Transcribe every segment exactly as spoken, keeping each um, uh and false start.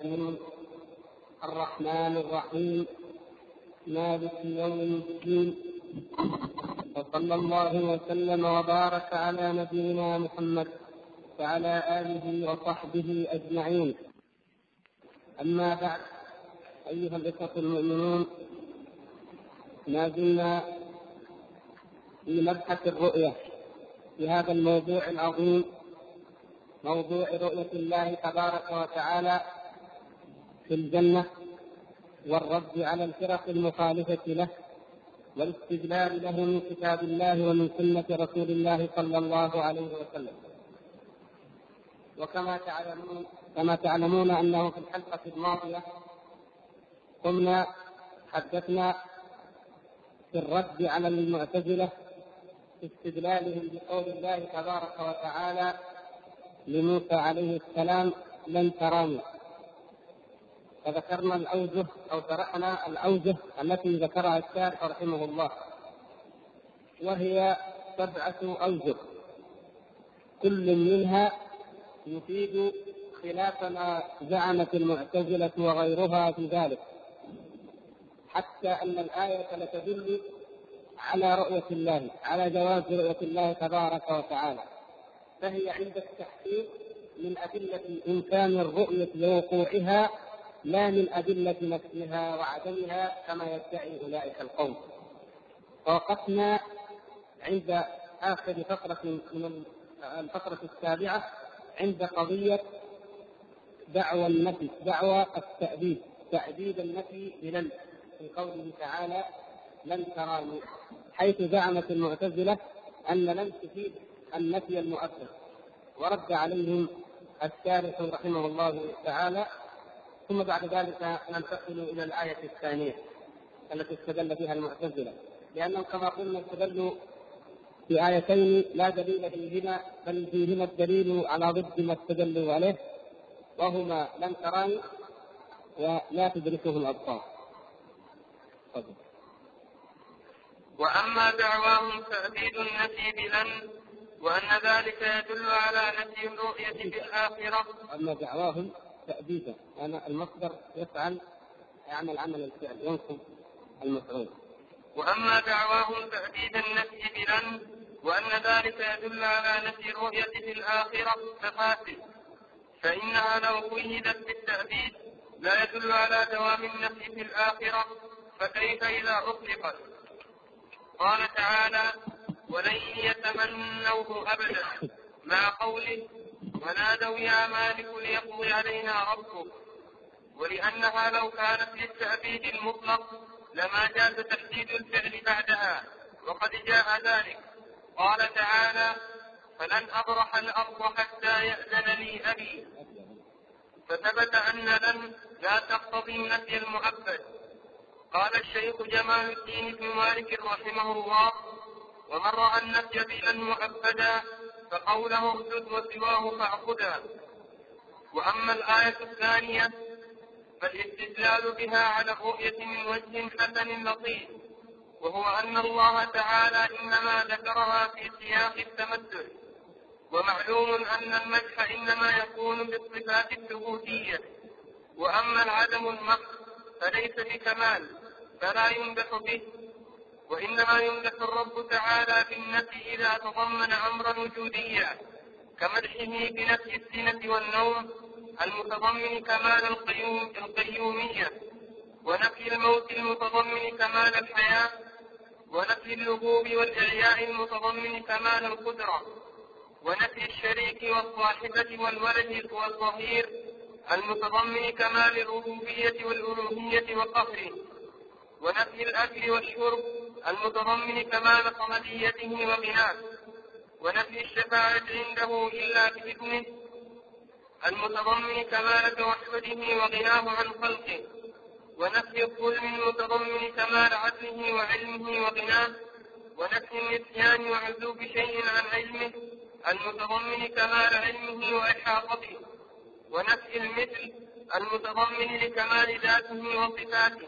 الرحيم الرحمن الرحيم مالك يوم الدين، وصلى الله وسلم وبارك على نبينا محمد وعلى آله وصحبه أجمعين. أما بعد، أيها الإخوة المؤمنون، ما زلنا في مبحث الرؤية في هذا الموضوع العظيم، موضوع رؤية الله تبارك وتعالى في الجنة، والرد على الفرق المخالفة له، والاستدلال له من كتاب الله ومن سنة رسول الله صلى الله عليه وسلم. وكما تعلمون كما تعلمون أنه في الحلقة الماضية قمنا حدثنا في الرد على المعتزلة في استدلالهم بقول الله تبارك وتعالى لموسى عليه السلام لن تراني، فذكرنا الأوجه أو شرحنا الأوجه التي ذكرها الشارح رحمه الله، وهي سبعة أوجه، كل منها يفيد خلاف ما زعمت المعتزلة وغيرها في ذلك، حتى أن الآية لتدل على رؤية الله، على جواز رؤية الله تبارك وتعالى، فهي عند التحقيق من أدلة إمكان الرؤية ووقوعها، لا من أدلة نفسها وعدمها كما يدعي أولئك القوم. ووقفنا عند آخر فقرة من الفقرة السابعة عند قضية دعوى النفي، دعوى التأبيد، تأبيد النفي بلن، في قوله تعالى لن تراني، حيث زعمت المعتزلة أن لن تفيد النفي المؤبد، ورد عليهم الشارح رحمه الله تعالى. ثم بعد ذلك ننتقل إلى الآية الثانية التي استدل بها المعتزلة، لأنهم كما قلنا استدلوا في آيتين لا دليل فيهما، بل فيهما الدليل على ضد ما استدلوا عليه، وهما لن تراني ولا تدركه الأبصار. وأما دعواهم تأبيد النفي بلن، وأن ذلك يدل على نفي الرؤية في الآخرة. أما دعواهم تأبيدا، أنا المصدر يفعل يعمل عمل الفعل ينصب المفعول. وأما دعواهم تأبيد النفي بلن، وأن ذلك يدل على نفي الرؤية في الآخرة ففاسد، فإنها لو قيدت بالتأبيد لا يدل على دوام النفي في الآخرة، فكيف إذا أطلقت؟ قال تعالى ولن يتمنوه أبدا، مع قوله ونادوا يا مالك ليقضي علينا ربك، ولأنها لو كانت للتأبيد المطلق لما جاز تحديد الفعل بعدها، وقد جاء ذلك. قال تعالى فلن أبرح الأرض حتى يأذن لي أبي، فثبت أن لن لا تقتضي النفي المؤبد. قال الشيخ جمال الدين بن مالك رحمه الله ومن رأى النفي بلن مؤبدا فقوله اخذ وسواه فاعقدا. وأما الآية الثانية فالاستدلال بها على الرؤية من وجه حسن لطيف، وهو أن الله تعالى إنما ذكرها في سياق التمثل، ومعلوم أن المدح إنما يكون بالصفات الثبوتية، وأما العدم المحض فليس بكمال فلا يمدح به، وإنما يمدح الرب تعالى بالنفي إذا تضمن أمرا وجوديا، كمدحه بنفي السنة والنوم المتضمن كمال القيوم القيومية، ونفي الموت المتضمن كمال الحياة، ونفي اللهوب والإعياء المتضمن كمال القدرة، ونفي الشريك والصاحبة والولد والظهير المتضمن كمال الربوبية والألوهية وقهره، ونفي الأكل والشرب المتضمن كمال صمديته وغناه، ونفي الشفاعة عنده إلا بإذنه المتضمن كمال توحده وغناه عن خلقه، ونفي الظلم المتضمن كمال عدله وعلمه وغناه، ونفي النسيان وعزوب شيء عن علمه المتضمن كمال علمه وإحاطته، ونفي المثل المتضمن لكمال ذاته وصفاته.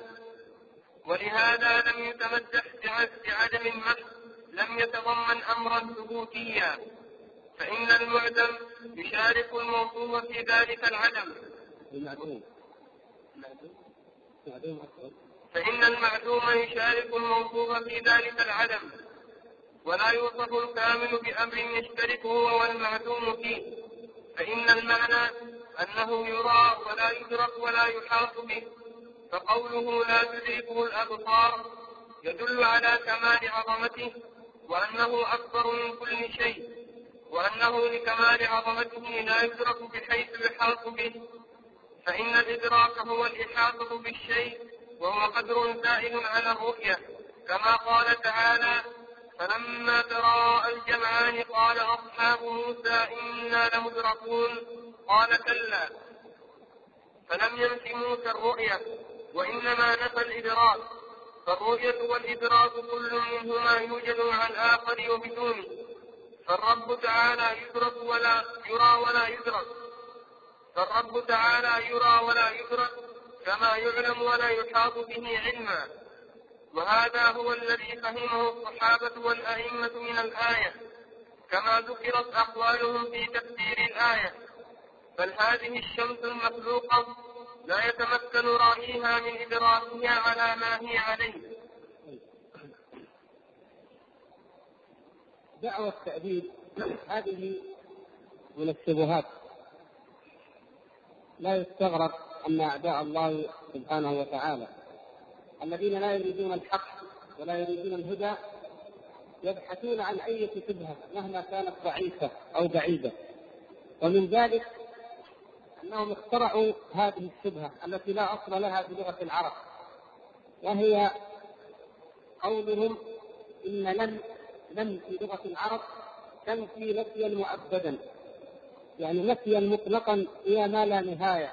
ولهذا لم يتمدح بعدم المحض لم يتضمن أمرا ثبوتيا، فإن المعدم يشارك الموصوف في ذلك العدم. المعدوم فإن المعدوم يشارك الموصوف في ذلك العدم، ولا يوصف الكامل بأمر يشترك هو والمعدوم فيه، فإن المعنى أنه يرى ولا يدرك ولا يحاط به. فقوله لا تدركه الأبصار يدل على كمال عظمته، وأنه أكبر من كل شيء، وأنه لكمال عظمته لا يدرك بحيث يحاط به، فإن الإدراك هو الإحاطة بالشيء، وهو قدر زائد على الرؤية، كما قال تعالى: فلما تراءى الجمعان قال أصحاب موسى إنا لمدركون قال كلا، فلم ينف موسى الرؤية وإنما نفى الإدراك، فالرؤية والإدراك كل منهما يوجد مع الآخر وبدونه، فالرب تعالى يدرك ولا يرى ولا يدرك فالرب تعالى يرى ولا يدرك كما يعلم ولا يحاط به علما. وهذا هو الذي فهمه الصحابة والأئمة من الآية، كما ذكرت أقوالهم في تفسير الآية. بل هذه الشمس المخلوقة لا يتمكن رائيها من إدراكها على ما هي عليه. دعوة التأديب هذه من الشبهات، لا يستغرب أن أعداء الله سبحانه وتعالى الذين لا يريدون الحق ولا يريدون الهدى يبحثون عن أي شبهة مهما كانت ضعيفة أو بعيدة، ومن ذلك أنهم اخترعوا هذه الشبهة التي لا أصل لها بلغة العرب، وهي قولهم إن لن لن في لغة العرب تنفي نفيا مؤبدا، يعني نفيا مطلقا إلى ما لا نهاية.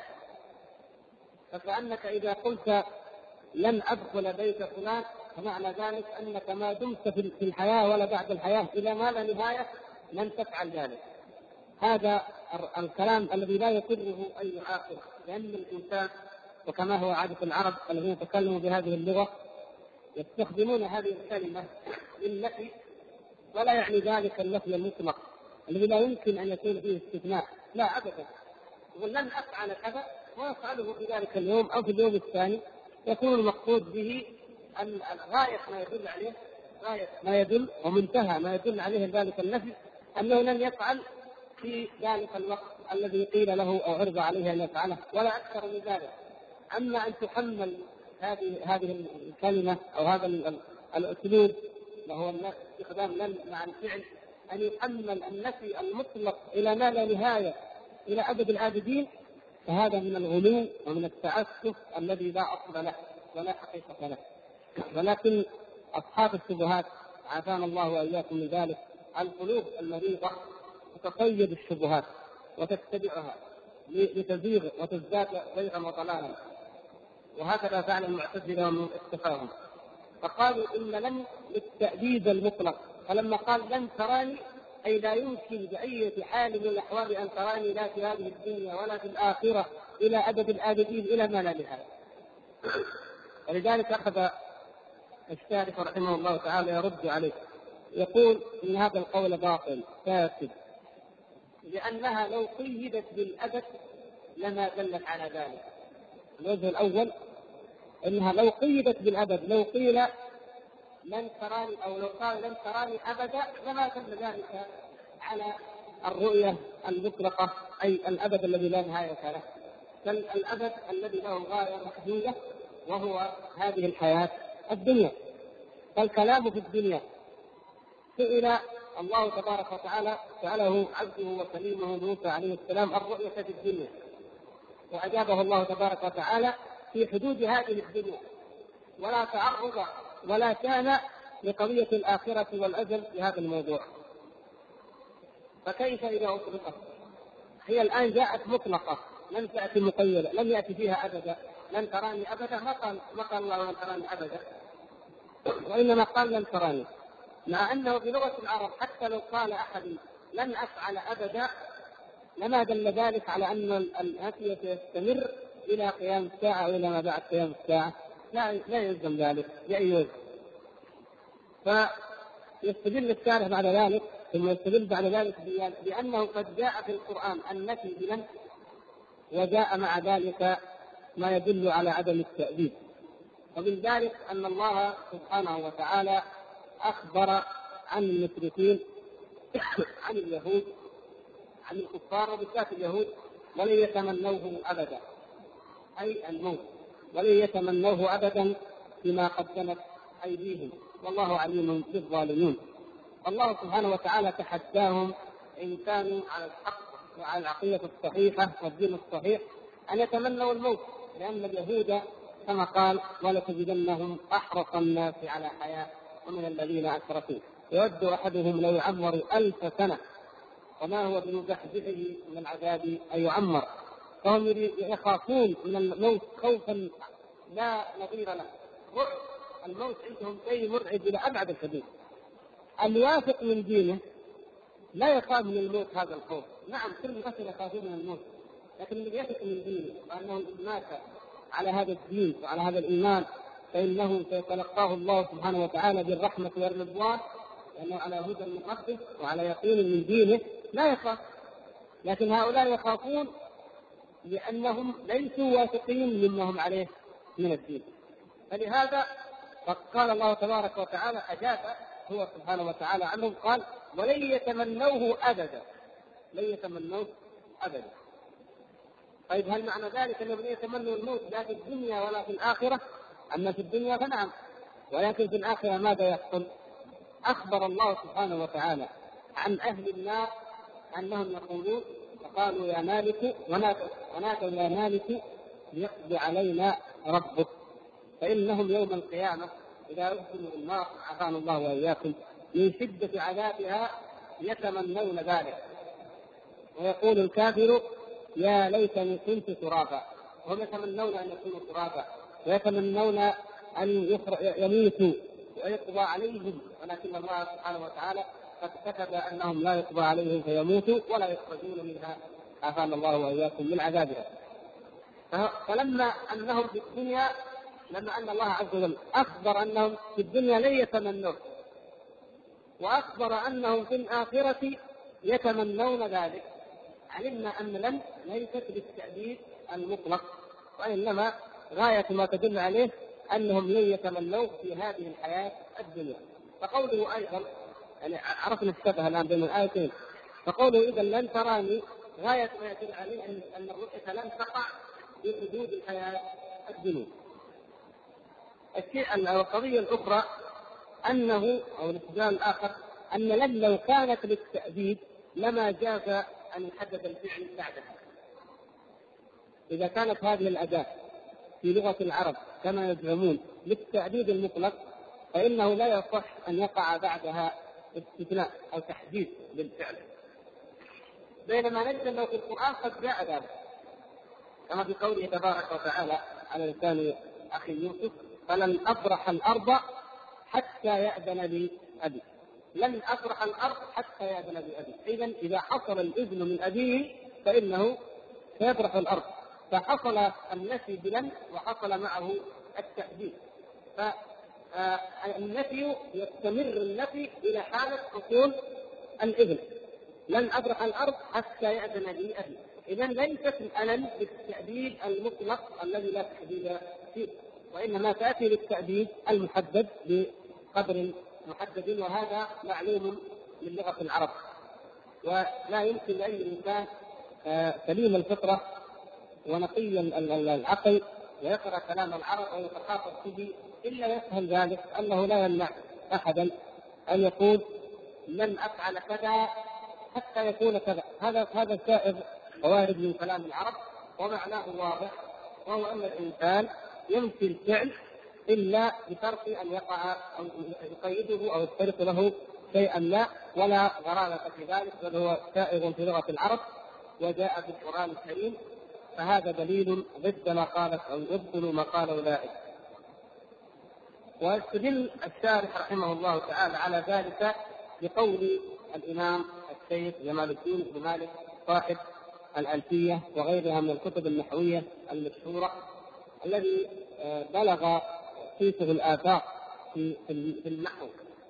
فكأنك إذا قلت لن أدخل بيت فلان فمعنى ذلك أنك ما دمت في الحياة ولا بعد الحياة إلى ما لا نهاية لن تفعل ذلك. هذا الكلام الذي لا يقره أي عاقل، لأن الإنسان وكما هو عادة العرب الذين يتكلموا بهذه اللغة يستخدمون هذه الكلمة للنفي، ولا يعني ذلك النفي المطلق الذي لا يمكن أن يكون فيه استثناء، لا أبدا. يقول لن أفعل كذا ويفعله في ذلك اليوم أو في اليوم الثاني، يكون المقصود به أن غاية ما يدل عليه غاية ما يدل ومنتهى ما يدل عليه ذلك النفي أنه لن يفعل في ذلك الوقت الذي قيل له أو عرض عليه أن يفعله، ولا أكثر من ذلك. أما أن تحمل هذه هذه الكلمة أو هذا الأسلوب وهو استخدام لن مع الفعل، أن يحمل النفي المطلق إلى ما لا نهاية إلى أبد الآبدين، فهذا من الغلو ومن التعسف الذي لا أصل له ولا حقيقة له. ولكن أصحاب الشبهات عافانا الله وإياكم من ذلك، القلوب المريضة تتقيد الشبهات وتتبعها لتزيغ وتزداد زيغا وضلالا، وهكذا فعل المعتزلة ومن اتفاهم، فقالوا إن لن للتأبيد المطلق، فلما قال لن تراني أي لا يمكن بأي حال من الأحوال أن تراني لا في هذه الدنيا ولا في الآخرة إلى أبد الآبدين إلى ما لا نهاية. ولذلك أخذ الشارح رحمه الله تعالى يرد عليه، يقول إن هذا القول باطل فاسد، لأنها لو قيدت بالأبد لما دلت على ذلك. الوجه الأول أنها لو قيدت بالأبد، لو قيل لن تراني أو لو قال لن تراني أبدا لما دل ذلك على الرؤية المطلقة، أي الأبد الذي لا نهاية له، بل الأبد الذي له غاية محدودة وهو هذه الحياة الدنيا. فالكلام في الدنيا سئل الله تبارك وتعالى سأله عبده وكليمه موسى عليه السلام الرؤية في الدنيا، وأجابه الله تبارك وتعالى في حدود هذه الدنيا، ولا تعرض ولا كان لقضية الآخرة والأجل في هذا الموضوع. فكيف إذا أطلقت؟ هي الآن جاءت مطلقة، لم تأتي مقيدة، لم يأتي فيها أبدا لن تراني أبدا، ما قال ما قال الله لن تراني أبدا، وإنما قال لن تراني، مع أنه في لغة العرب حتى لو قال أحد لن أفعل أبدا لما دل ذلك على أن النفي سيستمر إلى قيام الساعة وإلى ما بعد قيام الساعة، لا لا يلزم ذلك بأي وجه. فيستدل الشارح بعد ذلك ثم يستدل بعد ذلك بأنه قد جاء في القرآن النفي بلن، وجاء مع ذلك ما يدل على عدم التأديب. ومن ذلك أن الله سبحانه وتعالى أخبر عن المشركين عن اليهود عن الكفار وبالذات اليهود ولن يتمنوه أبدا، أي الموت، ولن يتمنوه أبدا بما قدمت أيديهم، والله عليم بالظالمين. الله سبحانه وتعالى تحداهم إن كانوا على الحق وعلى العقيدة الصحيحة والدين الصحيح أن يتمنوا الموت، لأن اليهود كما قال ولتجدنهم أحرص الناس على حياة ومن الذين أشركوا يود أحدهم لو يعمر ألف سنة وما هو بمزحزحه من العذاب أن يعمر. فهم يخافون من الموت خوفا لا نظير له، رعب الموت عندهم شيء مرعب إلى أبعد الحدود. الواثق من دينه لا يخاف من الموت هذا الخوف، نعم كل الناس يخافون من الموت، لكن الذي يثق من دينه وأنه إن مات على هذا الدين وعلى هذا الإيمان فإنه سيتلقاه الله سبحانه وتعالى بالرحمة والرضوان، لأنه على هدى من ربه وعلى يقين من دينه لا يخاف. لكن هؤلاء يخافون لأنهم ليسوا واثقين مما هم عليه من الدين. فلهذا قال الله تبارك وتعالى أجاب هو سبحانه وتعالى عنهم قال ولن يتمنوه أبدا، لن يتمنوه أبدا. طيب هل معنى ذلك أنهم لن يتمنوا الموت لا في الدنيا ولا في الآخرة؟ أما في الدنيا فنعم، ولكن في الآخرة ماذا يحصل؟ أخبر الله سبحانه وتعالى عن أهل النار أنهم يقولون فقالوا يا مالك ونادوا يا مالك ليقضي علينا ربك، فإنهم يوم القيامة إذا أدخلوا النار عافانا الله وإياكم من شدة عذابها يتمنون ذلك، ويقول الكافر يا ليتني كنت ترابا، هم يتمنون أن يكونوا ترابا ويتمنون أن يموتوا ويقضى عليهم، ولكن الله سبحانه وتعالى قد كتب أنهم لا يقضى عليهم فيموتوا ولا يخرجون منها عافانا الله وإياكم من عذابها. فلما أنهم في الدنيا لما أن الله عز وجل أخبر أنهم في الدنيا لن يتمنون، وأخبر أنهم في الآخرة يتمنون ذلك، علمنا أن لن ليست بالتأديب المطلق، وإنما غاية ما تدل عليه أنهم لن يتمنوا في هذه الحياة الدنيا. فقوله أيضا يعني عرفنا الشبه الآن بين الآيتين، فقوله إذا لن تراني غاية ما يدل عليه أن الرؤية لن تقع في حدود الحياة الدنيا. الشيء القضية الأخرى أنه أو الاستدلال الآخر أن لن لو كانت للتأديب لما جاز أن يحدد الفعل بعدها. إذا كانت هذه الأداة في لغة العرب كما يزعمون للتأديب المطلق فإنه لا يصح أن يقع بعدها استثناء أو تحديد للفعل، بينما نجد أنه في القرآن قد جاء ذلك كما في قوله تبارك وتعالى على لسان أخي يوسف فلن أبرح الأرض حتى يأذن لي أبي، لن أبرح الأرض حتى يأذن لي أبي. إذن إذا حصل الإذن من أبيه فإنه سيبرح الأرض، فحصل النفي بلن وحصل معه التحديد. فالنفي يستمر النفي إلى حالة حصول الإذن، لن أبرح الأرض حتى يأذن لي أبي. إذن ليست الألم بالتأديب المطلق الذي لا تحديد فيه، وإنما تأتي للتأديب المحدد بقدر محدد، وهذا معلوم من لغة العرب. ولا يمكن لأي إنسان سليم الفطرة ونقي العقل ويقرأ كلام العرب أو يتخاطب به إلا يفهم ذلك أنه لا يمنع أحدا أن يقول لن أفعل كذا حتى يكون كذا. هذا هذا سائغ ووارد من كلام العرب ومعناه واضح، وهو أن الإنسان ينفي الفعل إلا بشرط أن يقع أو يقيده أو يشترط له شيئا لا، ولا غرابة في ذلك، بل هو سائغ في لغة العرب وجاء في القرآن الكريم، فهذا دليل ضد ما قالت أو يبطل ما قال أولئك. ويستدل الشارح رحمه الله تعالى على ذلك بقول الإمام الشيخ جمال الدين بن مالك صاحب الألفية وغيرها من الكتب النحوية المشهورة الذي بلغ قيسه الآفاق في في النحو،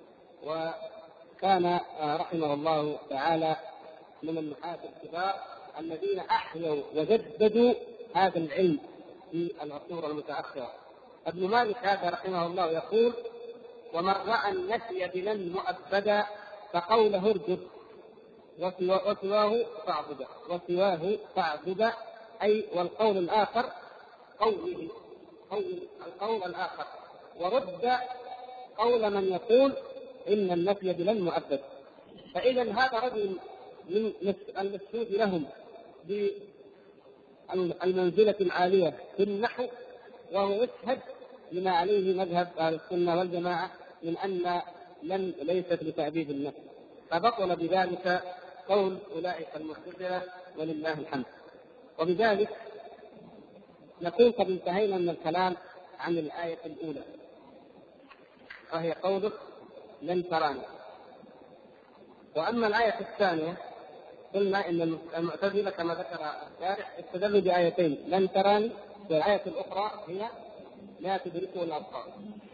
وكان رحمه الله تعالى من النحاة الكبار الذين أحيوا وجددوا هذا العلم في العصور المتأخرة. ابن مالك هذا رحمه الله يقول: ومن رأى النفي بلن مؤبدا فقوله ارجل وسواه فاعبد وسواه فاعبد، أي والقول الآخر قوله قول القول الآخر، ورد قول من يقول إن النفي بلن مؤبد. فإذا هذا رجل من المشهود لهم بالمنزلة العالية في النحو، وهو يشهد لما عليه مذهب أهل السنة والجماعة من أن لن ليست لتأبيد النفي، فبطل بذلك قول أولئك المعتزلة ولله الحمد. وبذلك نكون قد انتهينا من الكلام عن الآية الأولى، وهي قوله لن تراني. وأما الآية الثانية قلنا إن المعتزلة كما ذكر الشارح استدلوا بآيتين: لن تراني، والآية الأخرى هي لا تدركه الأبصار.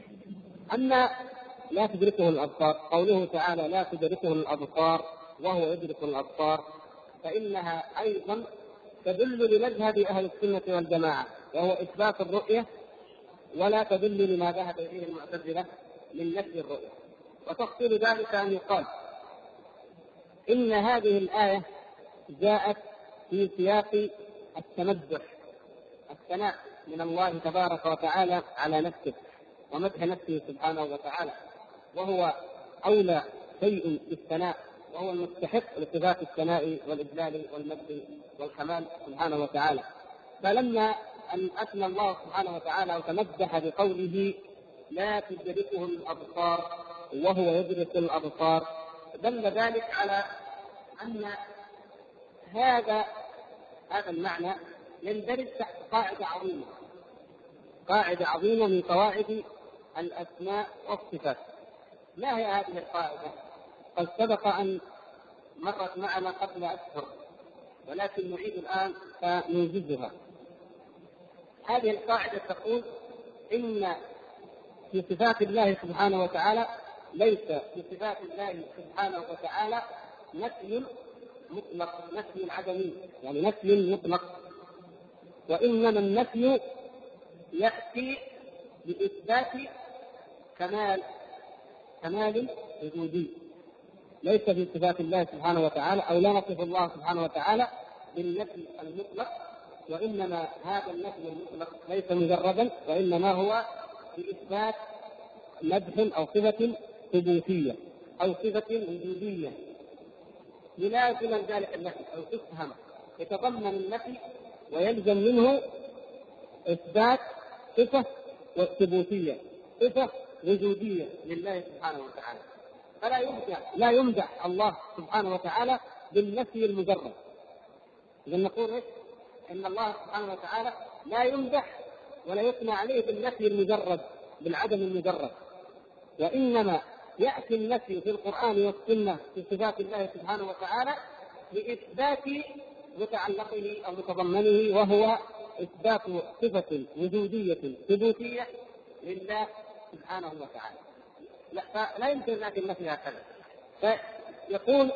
أما لا تدركه الأبصار، قوله تعالى لا تدركه الأبصار وهو يدرك الأبصار، فإنها أيضا تدل لمذهب أهل السنة والجماعة، وهو إثبات الرؤية، ولا تدل لما ذهب إليه المعتزلة من نفي الرؤية. وتفصيل ذلك أن يقال إن هذه الآية جاءت في سياق التمدح، الثناء من الله تبارك وتعالى على نفسه ومدح نفسه سبحانه وتعالى، وهو أولى شيء بالثناء، وهو المستحق لصفات الثناء والإجلال والمجد والكمال سبحانه وتعالى. فلما أن أثنى الله سبحانه وتعالى وتمدح بقوله لا تدركه الأبصار وهو يدرك الأبصار، دل ذلك على أن هذا هذا المعنى يندرج تحت قاعدة عظيمة، قاعدة عظيمة من قواعد الأسماء والصفات. ما هي هذه القاعدة؟ قد سبق أن مرت معنا قبل أشهر، ولكن نعيد الآن فنوجزها. هذه القاعدة تقول إن في صفات الله سبحانه وتعالى ليس في صفات الله سبحانه وتعالى نفي مطلق، نفي العدمي، يعني نفي مطلق، وإنما النفي يأتي بإثبات كمال كمال وجودي. ليس في صفات الله سبحانه وتعالى، أو لا نصف الله سبحانه وتعالى بالنفي المطلق، وإنما هذا النفي المطلق ليس مجردا، وإنما هو بإثبات مدح أو صفة ثبوتية أو صفة وجودية يلازم ذلك النفي أو تفهم، يتضمن النفي ويلزم منه إثبات صفة والثبوتية، صفة وجودية لله سبحانه وتعالى. فلا يمدح لا يمدح الله سبحانه وتعالى بالنفي المجرد. إذا نقول إيه؟ إن الله سبحانه وتعالى لا يمدح ولا يثنى عليه بالنفي المجرد، بالعدم المجرد، وإنما يأتي النفي في القرآن والسنة في صفات الله سبحانه وتعالى لإثبات متعلقه أو متضمنه، وهو إثبات صفة وجودية ثبوتية لله سبحانه وتعالى. لا, لا يمكن أن يأتي النفي هكذا. فيقول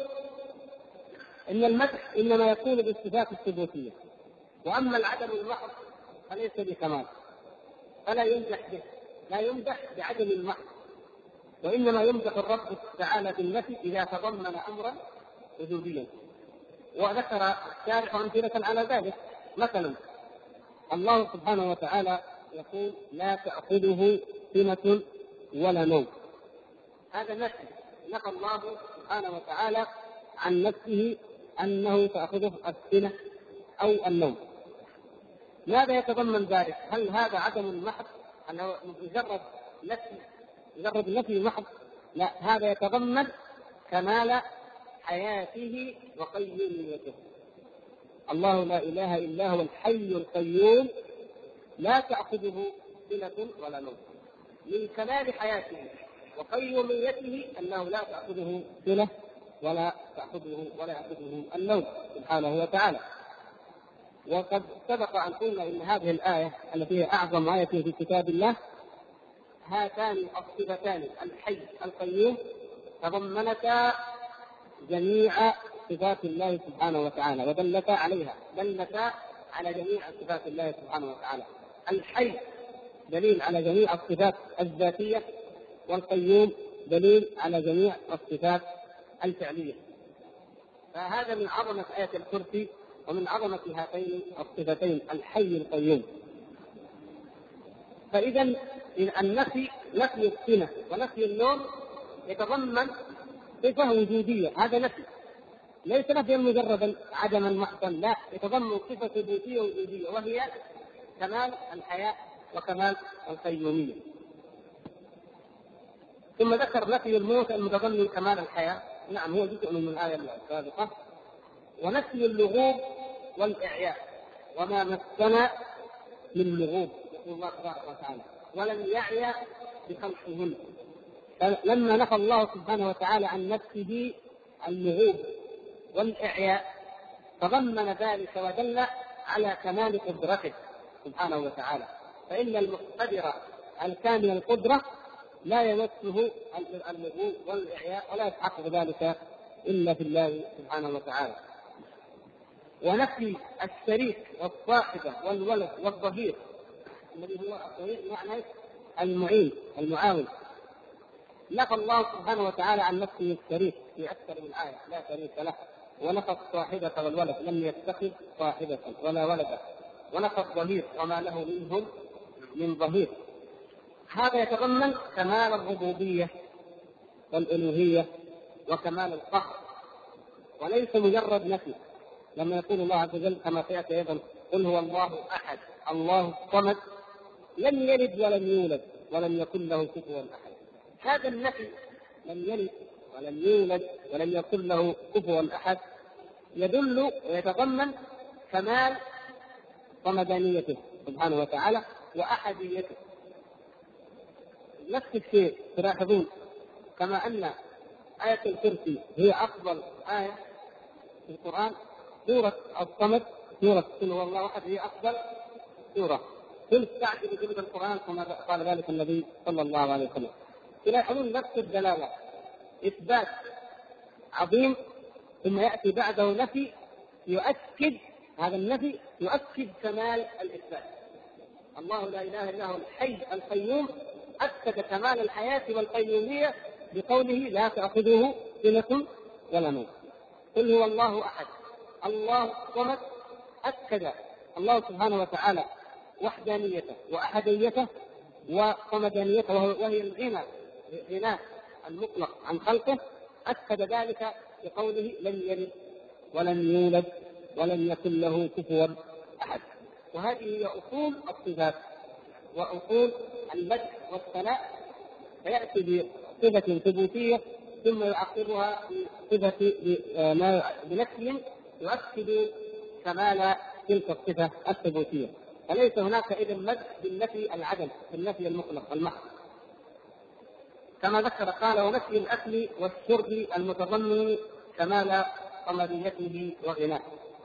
إن المدح إنما يكون بالصفات الثبوتية، وأما العدم المحض فليس بكمال، فلا يمدح به، لا يمدح بعدم المحض، وإنما يمدح الرب تعالى بالنفي إذا تضمن أمرا وجوديا. وذكر الشارح أمثلة على ذلك. مثلا الله سبحانه وتعالى يقول لا تأخذه سنة ولا نوم، هذا نفي، نفى الله سبحانه وتعالى عن نفسه أنه تأخذه السنة أو النوم. ماذا يتضمن ذلك؟ هل هذا عدم محض؟ هل هو مجرد نفي مجرد نفي محض؟ لا، هذا يتضمن كمال حياته وقيوميته. الله لا إله إلا هو الحي القيوم لا تأخذه سنة ولا نوم. من كمال حياته وقيوميته أنه لا تأخذه سنة ولا تأخذه ولا يأخذه النوم سبحانه وتعالى. وقد سبق أن قلنا إن هذه الآية التي هي أعظم آية في كتاب الله، هاتان الصفتان الحي القيوم تضمنتا جميع صفات الله سبحانه وتعالى، ودلتا عليها، دلتا على جميع صفات الله سبحانه وتعالى. الحي دليل على جميع الصفات الذاتية، والقيوم دليل على جميع الصفات الفعلية. فهذا من عظمة آية الكرسي ومن عظمة هاتين الصفتين الحي القيوم. فإذا النفي نفي السنة ونفي النوم يتضمن صفة وجودية، هذا نفي ليس نفيا مجردا عدما محضا، لا، يتضمن صفة ثبوتية وجودية وهي كمال الحياة وكمال القيومية. ثم ذكر نفي الموت المتضمن كمال الحياة، نعم هو جزء من الآية السابقة. ونفي اللغوب والإعياء، وما مسنا من لغوب يقول الله تبارك وتعالى ولم يعي بخلقهن. لما نفى الله سبحانه وتعالى عن نفسه اللغوب والإعياء تضمن ذلك ودل على كمال قدرته سبحانه وتعالى، فإن المقتدر الكامل القدرة لا يمسه اللغوب والإعياء ولا يتحقق ذلك إلا في الله سبحانه وتعالى. ونفي الشريك والصاحبة والولد والظهير الذي هو معنى المعين المعاون، نفى الله سبحانه وتعالى عن نفسه الشريك في أكثر من آية لا شريك له، ونفى الصاحبة والولد لم يتخذ صاحبة ولا ولدا، ونفى الظهير وما له منهم من ظهير. هذا يتضمن كمال الربوبية والألوهية وكمال القهر، وليس مجرد نفي. لما يقول الله عز وجل كما سيأتي أيضا قل هو الله أحد الله الصمد لم يلد ولم يولد ولم يكن له كفوا أحد، هذا النفي لم يلد ولم يولد ولم يكن له كفوا أحد يدل ويتضمن كمال صمدانيته سبحانه وتعالى وأحديته. نفس الشيء تلاحظون كما أن آية الكرسي هي أفضل آية في القرآن، سورة الصمد سورة قل هو الله أحد هي أفضل سورة كل ساعة بجلد القرآن كما قال ذلك النبي صلى الله عليه وسلم. تلاحظون نفس الدلالة، إثبات عظيم ثم يأتي بعده نفي يؤكد هذا النفي يؤكد كمال الإثبات. الله لا إله إلا هو الحي القيوم أكد كمال الحياة والقيومية بقوله لا تأخذه سنة ولا نوم. قل هو الله أحد الله الصمد أكد الله سبحانه وتعالى وحدانيته وأحديته وصمدانيته وهي الغنى غنى المطلق عن خلقه، أكد ذلك بقوله لم يلد ولم يولد ولم يكن له كفوا أحد. وهذه هي أصول الصفات وأصول المدح والثناء، فيأتي بصفة ثبوتية ثم يعقبها بصفة بنفي يؤكد كمال تلك الصفة الثبوتية. فليس هناك إذن مدح بالنفي العدم بالنفي المطلق المحض. كما ذكر قال ونفي الأكل والشرب المتضمن كمال قمريته وغناه.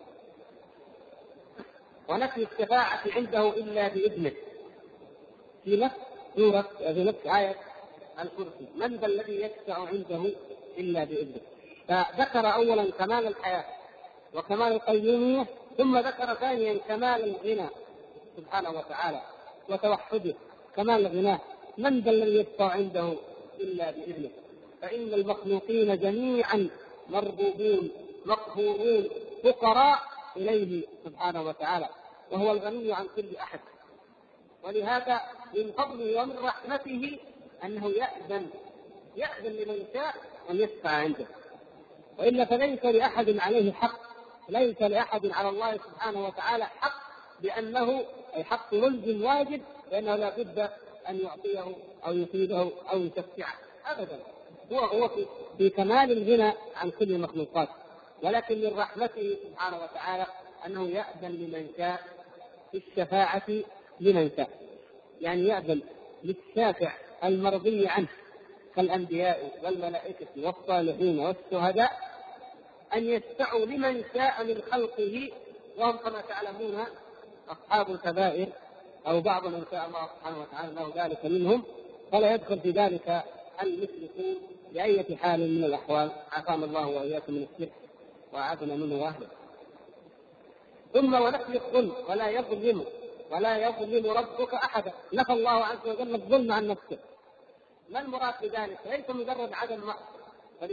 ونفي الشفاعة عنده إلا بإذنه في نفس سورة في نفس آية الكرسي، من ذا الذي يشفع عنده إلا بإذنه. فذكر أولا كمال الحياة وكمال القيومية، ثم ذكر ثانيا كمال الغنى سبحانه وتعالى وتوحده كمال الغنى، من ذا الذي يشفع عنده إلا بإذنه. فإن المخلوقين جميعا مربوبون مقهورون فقراء إليه سبحانه وتعالى، وهو الغني عن كل أحد. ولهذا من فضله ومن رحمته أنه يأذن يأذن لمن شاء أن يشفع عنده، وإلا فليس لأحد عليه حق، ليس لأحد على الله سبحانه وتعالى حق بأنه أي حق ملزم واجب لأنه لا بد أن يعطيه أو يفيده أو يشفعه أبدا. هو هو في, في كمال الغنى عن كل المخلوقات، ولكن من رحمته سبحانه وتعالى أنه يأذن لمن شاء في الشفاعة لمن شاء، يعني يأذن للشافع المرضي عنه كالأنبياء والملائكة والصالحين والشهداء أن يشفعوا لمن شاء من خلقه، وهم كما تعلمون أصحاب الكبائر أو بعض من شاء الله سبحانه وتعالى له ذلك منهم، فلا يدخل في ذلك المشركون بأية حال من الأحوال. عافانا الله وإياكم من الشرك وأعاذنا منه وأهله. ثم ونفي الظلم ولا يظلم ولا يظلم ربك أحدا. نفى الله عز وجل الظلم عن نفسه. ما المراد بذلك؟ ليس مجرد عدم محض، بل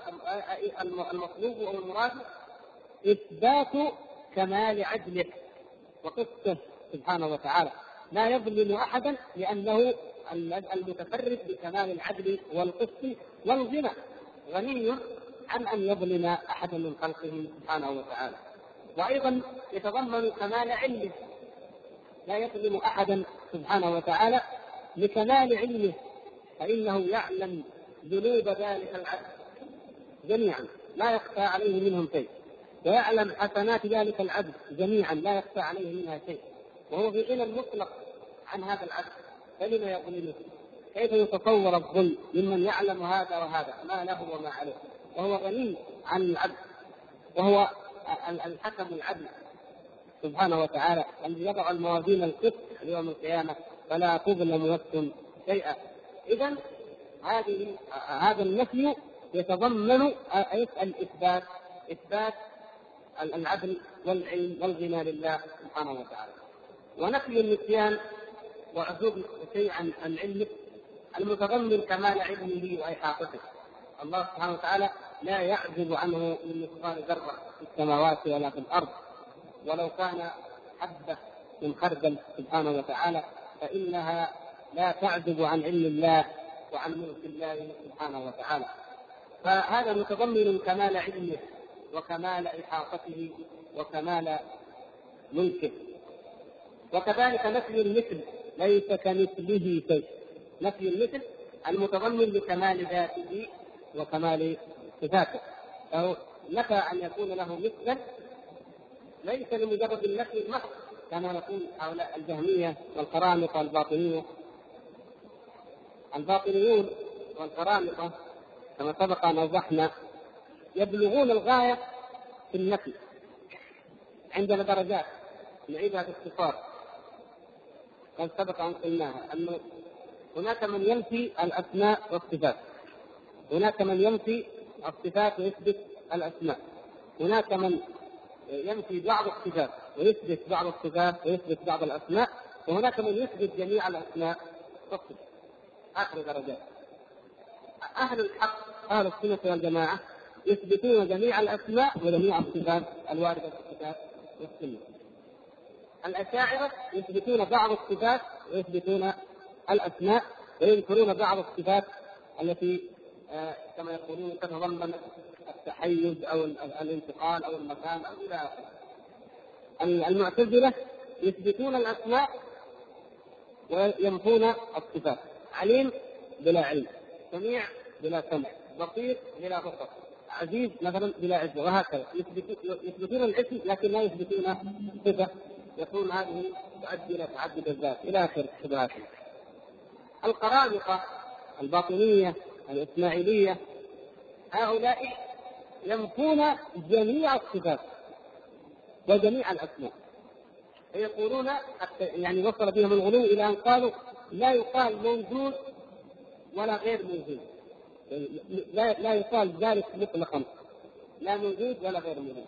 المطلوب والمراد إثبات كمال عدله وقسطه سبحانه وتعالى. لا يظلم أحدا لأنه المتفرد بكمال العدل والقسط والغنى، غني عن أن يظلم أحدا من خلقه سبحانه وتعالى. وأيضا يتضمن كمال علمه، لا يظلم أحدا سبحانه وتعالى لكمال علمه، فإنه يعلم ذنوب ذلك العبد جميعا لا يخفى عليه منهم شيء، ويعلم حسنات ذلك العبد جميعا لا يخفى عليه منها شيء، وهو في غنى مطلق عن هذا العبد. فلما يظلمه؟ كيف يتصور الظلم ممن يعلم هذا وهذا ما له وما عليه، وهو غني عن العبد، وهو الحكم العدل سبحانه وتعالى الذي يضع الموازين القسط يوم القيامة فلا تظلم نفس شيئا. إذن هذه هذا النفي يتضمن الإثبات، إثبات العدل والعلم والغنى لله سبحانه وتعالى. ونفي النسيان وعزوب شيء عن العلم المتضمن كمال علمه وإحاطته. الله سبحانه وتعالى لا يعجز عنه من مثقال ذرة في السماوات ولا في الأرض، ولو كان حبة من خردل سبحانه وتعالى فإنها لا تعجز عن علم الله وعن ملك الله سبحانه وتعالى. فهذا متضمن كمال علمه وكمال إحاطته وكمال ملكه. وكذلك نفي المثل، ليس كمثله شيء، نفي المثل المتضمن لكمال ذاته وكمال صفاته، أو نفى أن يكون له مثلا ليس لمجرد النفي المحض كما يقول هؤلاء الجهمية والقرامطة والباطنية. الباطنيون والقرامطة كما سبق أن وضحنا يبلغون الغاية في النفي. عندنا درجات نعيدها في اختصار قد سبق أن قلناها، أنه هناك من ينفي الأسماء والصفات، هناك من ينفي الصفات ويثبت الأسماء، هناك من ينفي بعض الصفات ويثبت بعض الصفات ويثبت بعض الأسماء، وهناك من يثبت جميع الأسماء والصفات. آخر درجات. أهل الحق أهل السنة والجماعة يثبتون جميع الأسماء وجميع الصفات الواردة في الكتاب والسنة. الأشاعرة يثبتون بعض الصفات ويثبتون الأسماء وينكرون بعض الصفات التي آه كما يقولون تتضمن التحيز أو الانتقال أو المكان أو إلى آخره. المعتزلة يثبتون الأسماء وينفون الصفات. عليم بلا علم، سميع بلا سمع، بصير بلا بصر، عزيز مثلا بلا عزة، وهكذا. يثبتون الاسم لكن لا يثبتون صفة، يكون هذه تؤدي إلى تعدد الذات إلى آخر الشبهات. القرامطة الباطنية الإسماعيلية هؤلاء ينفون جميع الصفات وجميع الأسماء، يقولون يعني وصل بهم الغلو إلى أن قالوا لا يقال موجود ولا غير موجود، لا, لا يقال ذلك مطلقا، لا موجود ولا غير موجود.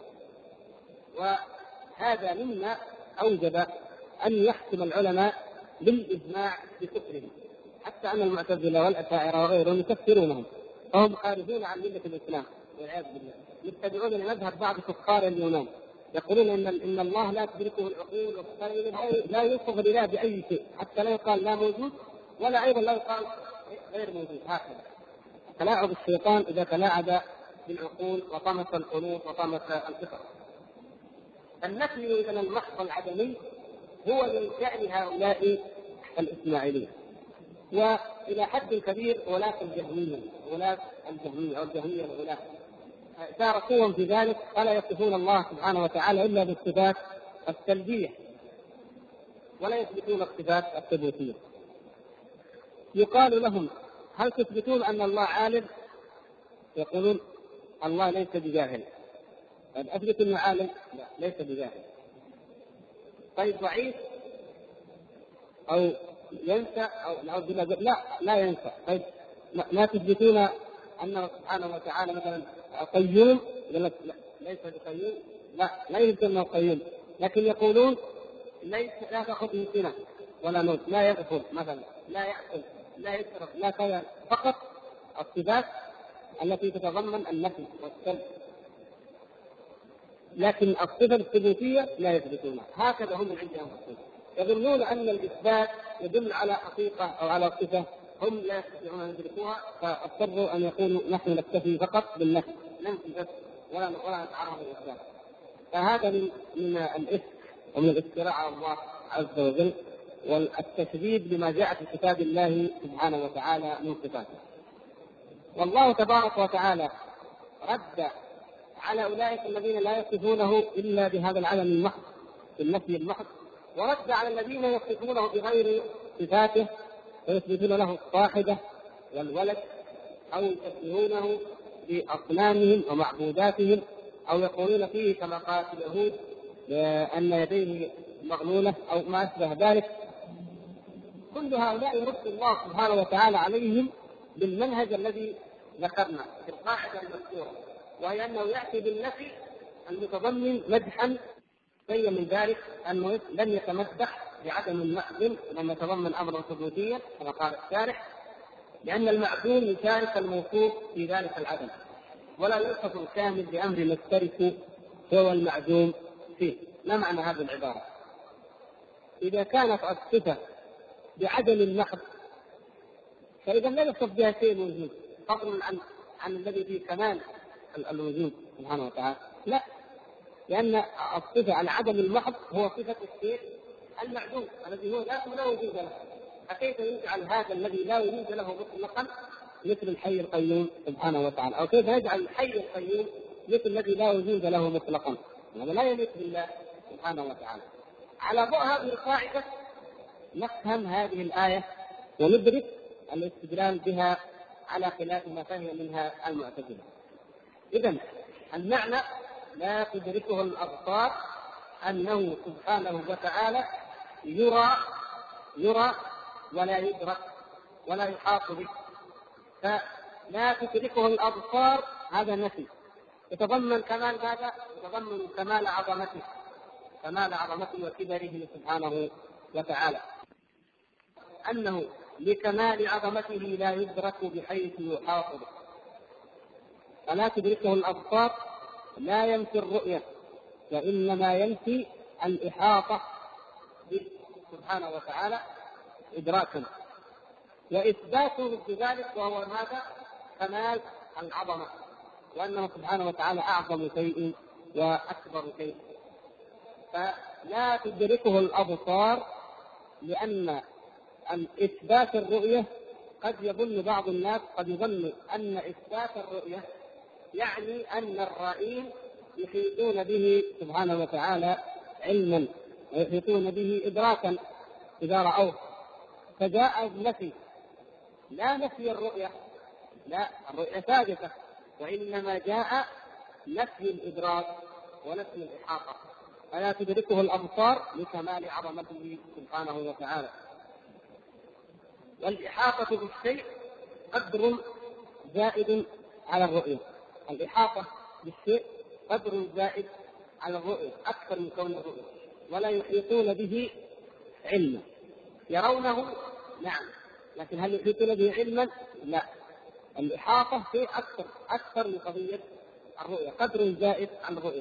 وهذا مما أوجب أن يحكم العلماء بالإجماع بكفرهم، حتى أن المعتزلة والأشاعرة وغيرهم يكفرونهم، فهم خارجون عن ملة الإسلام والعياذ بالله، يتبعون لمذهب بعض كفار اليونان، يقولون إن, إن الله لا تدركه العقول لا يوصف لله بأي شيء، حتى لا يقال لا موجود ولا أيضا لا يقال غير موجود. هكذا تلاعب الشيطان إذا تلاعب بالعقول وطمس القلوب وطمس الفطر. النفي إلى المحض العدمي هو من شأن هؤلاء الإسماعيلية، وإلى حد كبير ولاة الجهمية ولاة الجهمية أو الجهمية الولاة شاركوهم في ذلك، فلا يصفون الله سبحانه وتعالى إلا بالصفات السلبية ولا يثبتون الصفات الثبوتية. يقال لهم هل تثبتون أن الله عالم؟ يقولون الله ليس بجاهل. أثبت أنه عالم؟ لا ليس بجاهل. طيب ضعيف أو ينسى أو لا لا, لا ينسى. طيب لا تثبتون أنه سبحانه وتعالى مثلا قيوم؟ لا ليس بقيوم، لا لا يثبت أنه قيوم، لكن يقولون ليس لا تأخذه سنة ولا نوم، لا يغفل مثلا، لا يأكل، لا يشرب، لا كذا، فقط الصفات التي تتضمن النفي والسلب. لكن الصفة الثبوتية لا يثبتونها. هكذا هم عندهم الصفة، يظنون أن الإثبات يدل على حقيقة أو على صفة هم لا يستطيعون أن يدركوها، فاضطروا أن يقولوا نحن نكتفي فقط بالنفي، ننفي بس ولا ولا نتعرض للإثبات. فهذا من من الإثم ومن الافتراء على الله عز وجل والتكذيب لما جاء في كتاب الله سبحانه وتعالى من صفاته. والله تبارك وتعالى رد على أولئك الذين لا يصفونه إلا بهذا العدم المحض، بالنفي المحض، ورد على الذين يصفونه بغير صفاته ويثبتون له الصاحبة والولد، أو يشبهونه بأصنامهم ومعبوداتهم، أو يقولون فيه كما قالت اليهود أن يديه مغلولة أو ما أشبه ذلك. كل هؤلاء يرد الله سبحانه وتعالى عليهم بالمنهج الذي ذكرنا في القاعدة المذكورة، وهي أنه يأتي بالنفي المتضمن مدحا، بين من ذلك أنه لن يتمدح بعدم المعدوم لم يتضمن أمرا ثبوتيا كما قال الشارح، لأن المعدوم يشارك الموصوف في ذلك العدم، ولا يوصف الكامل بأمر مشترك هو المعدوم فيه. ما معنى هذه العبارة؟ إذا كانت الصفة بعدم المحض فإذا لا يوصف بها شيء موجود فضلا عن عن الذي فيه كمال الوجود سبحانه وتعالى، لا، لأن الصفة على عدم المحض هو صفة الشيء المعدوم الذي هو لا وجود له، فكيف يجعل هذا الذي لا وجود له مطلقا مثل الحي القيوم سبحانه وتعالى، أو كيف يجعل الحي القيوم مثل الذي لا وجود له مطلقا؟ هذا لا يليق بالله سبحانه وتعالى. على ضوء هذه القاعدة نفهم هذه الآية وندرك الاستدلال بها على خلاف ما فهم منها المعتزلة. إذن المعنى لا تدركه الأبصار أنه سبحانه وتعالى يرى يرى ولا يدرك ولا يحاط به، فلا تدركه الأبصار هذا نفي يتضمن كمال ماذا؟ يتضمن كمال عظمته، كمال عظمته وكبره سبحانه وتعالى، أنه لكمال عظمته لا يدرك بحيث يحاط به. فلا تدركه الأبصار لا ينفي الرؤية، وإنما ينفي الإحاطة به سبحانه وتعالى إدراكا، وإثباته بذلك وهو ماذا؟ كمال العظمة، وأنه سبحانه وتعالى أعظم شيء وأكبر شيء. فلا تدركه الأبصار لأن إثبات الرؤية قد يظن بعض الناس قد يظن أن إثبات الرؤية يعني أن الرائين يحيطون به سبحانه وتعالى علما ويحيطون به إدراكا إذا رأوه، فجاء النفي، لا نفي الرؤية، لا، الرؤية ثابتة، وإنما جاء نفي الإدراك ونفي الإحاطة. فلا تدركه الأبصار لكمال عظمته سبحانه وتعالى. والإحاطة بالشيء قدر زائد على الرؤية، الإحاطة بالشيء قدر زائد على الرؤية أكثر من كون الرؤية، ولا يحيطون به علما، يرونه نعم، لكن هل يحيطون به علما؟ لا، الإحاطة شيء أكثر أكثر من قضية الرؤية، قدر زائد عن الرؤية.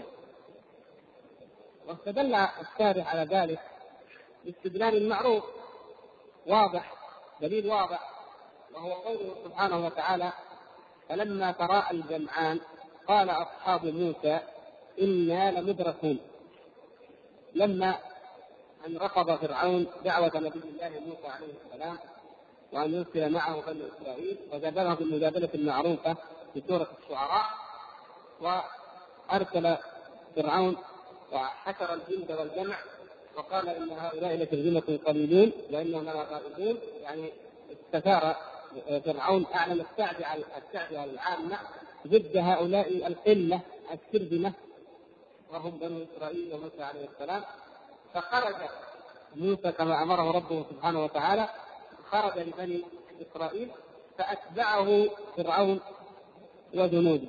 واستدل الشارح على ذلك باستدلال معروف واضح، دليل واضح، وهو قوله سبحانه وتعالى: فلما تراءى الجمعان قال أصحاب موسى إنا لمدركون. لما أن رفض فرعون دعوة نبي الله موسى عليه السلام وأن يرسل معه بني إسرائيل، وجادله بالمجادلة المعروفة في سورة الشعراء، وأرسل فرعون وحشر الجند والجمع وقال إن هؤلاء لشرذمة قليلون وإنهم لنا غائبون، يعني استثار فرعون أعلن السعي السعي العامة ضد هؤلاء القلة الشرذمة وهم بني إسرائيل وموسى عليه السلام. فخرج موسى كما أمره ربه سبحانه وتعالى، خرج لبني إسرائيل فأتبعه فرعون وجنوده،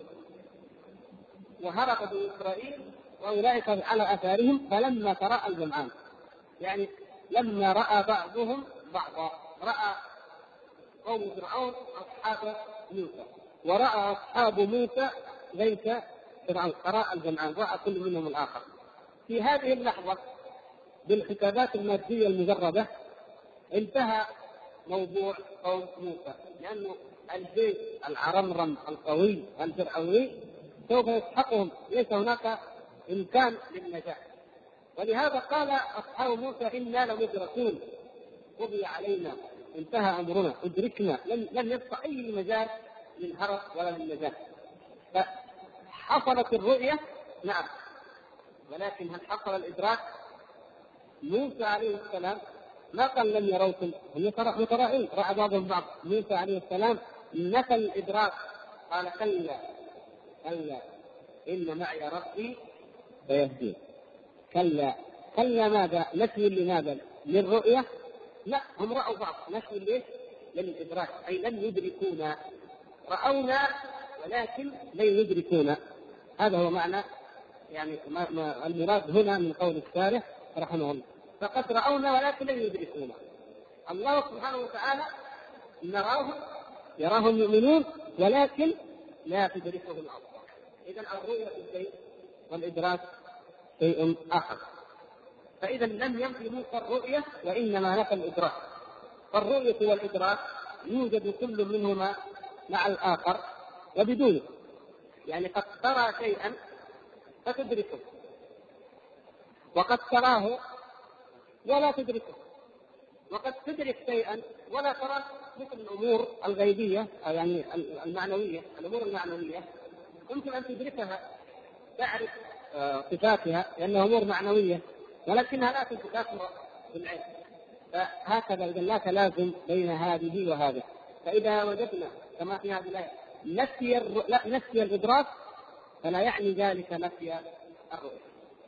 وهرب بني إسرائيل وأولئك على أثارهم. فلما تراءى الجمعان، يعني لما رأى بعضهم بعضا، رأى قوم فرعون أصحاب موسى، ورأى أصحاب موسى ليس فرعون، قراء الجمعان، رأى كل منهم الآخر. في هذه اللحظة بالحسابات المادية المجردة انتهى موضوع قوم موسى، لأنه الجيش العرمرم القوي الفرعوني سوف يسحقهم، ليس هناك إمكان للنجاة. ولهذا قال أصحاب موسى إنا لمدركون، قضي علينا، انتهى أمرنا، أدركنا، لم لم يبقى أي مجال للهرب ولا للنجاة. فحصلت الرؤية نعم، ولكن هل حصل الإدراك؟ موسى عليه السلام ما قال لم يروكم، هم متراءين، رأى بعضهم بعض. موسى عليه السلام نفى الإدراك، قال كلا كلا إن معي ربي سيهدين. كلا كلا ماذا؟ نفي لماذا؟ للرؤية؟ لا، هم رأوا بعض، نفي ليش؟ للإدراك، أي لم يدركونا، رأونا ولكن لن يدركونا. هذا هو معنى يعني ما ما المراد هنا من قول الشارح رحمه الله، فقد رأونا ولكن لن يدركونا. الله سبحانه وتعالى نراهم، يراهم يؤمنون ولكن لا تدركهم الأبصار. إذن الرؤية شيء والإدراك شيء آخر. فإذا لم ينفي موسى الرؤية وإنما نفى الإدراك. فالرؤية والإدراك يوجد كل منهما مع الآخر وبدونه، يعني قد ترى شيئا فتدركه، وقد تراه ولا تدركه، وقد تدرك شيئا ولا تراه، مثل الأمور الغيبية أو يعني المعنوية. الأمور المعنوية يمكن أن تدركها، تعرف صفاتها لأنها أمور معنوية، ولكنها لا تدرك بالعلم. فهكذا إذا لا تلازم بين هذه وهذه. فإذا وجدنا كما في هذه الآية نفي الر... لا نفي الإدراك، فلا يعني ذلك نفي الرؤية.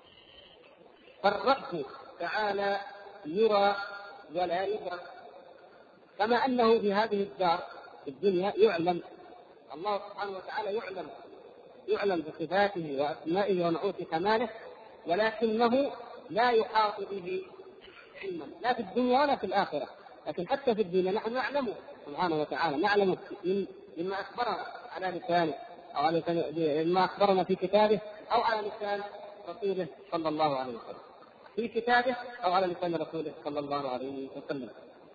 فالرب تعالى يرى ولا يدرك، كما أنه في هذه الدار في الدنيا يعلم، الله سبحانه وتعالى يعلم يعلم بصفاته وأسمائه ونعوت كماله، ولكنه لا يحاط به علما، لا في الدنيا ولا في الآخرة. لكن حتى في الدنيا نحن نعلمه سبحانه وتعالى، نعلم مما أخبرنا على لسانه أو على مما أخبرنا في كتابه أو على لسان رسوله صلى الله عليه وسلم، في كتابه أو على لسان رسوله صلى الله عليه وسلم.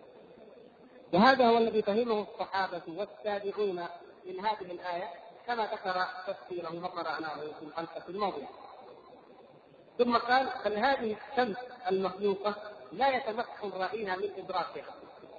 وهذا هو الذي فهمه الصحابة والتابعون من هذه الآية، كما ذكر تفسيره ما قرأناه في الحلقة الماضية. ثم قال فهذه الشمس المخلوقة لا يتمكن رأيها من إدراكها،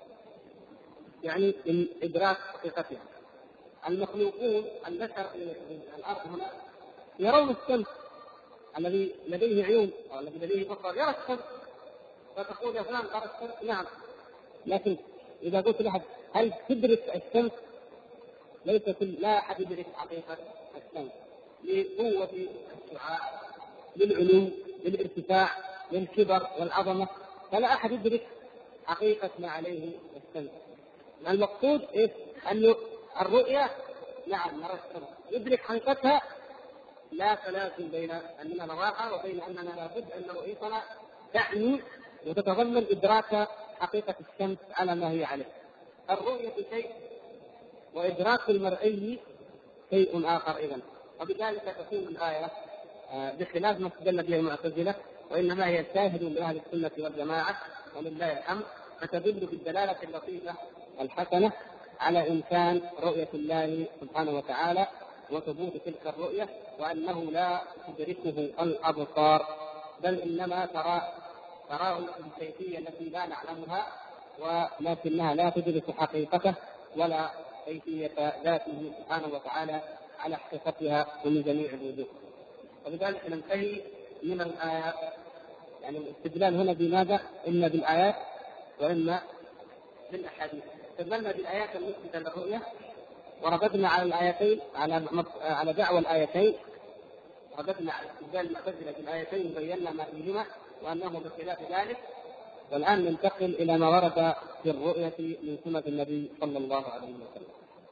يعني من إدراك حقيقتها. المخلوقون البشر في الأرض هنا يرون الشمس، الذي لديه عيون أو الذي لديه بصر يرى الشمس، فتقول يا فلان ترى الشمس، نعم. لكن إذا قلت لأحد هل تدرك الشمس؟ ليس كل لا أحد يدرك حقيقة الشمس، لقوة الشعاع، للعلو، للارتفاع، للكبر والعظمة، فلا أحد يدرك حقيقة ما عليه الشمس. المقصود إيه؟ أن الرؤية نعم نرى الشمس، يدرك حقيقتها، لا تلازم بين أننا نراها وبين أننا لابد أن رؤيتنا تعني وتتضمن إدراك حقيقة الشمس على ما هي عليه. الرؤية شيء وإدراك المرئي شيء آخر إذن. وبذلك تكون الآية بخلاف ما استدل به المعتزلة، وإنما هي شاهد لأهل السنة والجماعة ولله الحمد، فتدل بالدلالة اللطيفة الحسنة على إمكان رؤية الله سبحانه وتعالى وثبوت تلك الرؤية، وأنه لا تدركه الأبصار بل إنما ترى تراه بالكيفية التي لا نعلمها، ولكنها لا تدرك حقيقته ولا كيفية ذاته سبحانه وتعالى على حقيقتها ومن جميع الوجوه. وبذلك ننتهي من الآيات، يعني الاستدلال هنا بماذا؟ إما بالآيات وإما بالأحاديث. استدللنا بالآيات المثبتة للرؤية، ورددنا على الآيتين على على دعوى الآيتين، رددنا على استدلال المعتزلة بالآيتين وبينا ما فيهما وأنه بخلاف ذلك. والآن ننتقل إلى ما ورد في الرؤية من سنة النبي صلى الله عليه وسلم.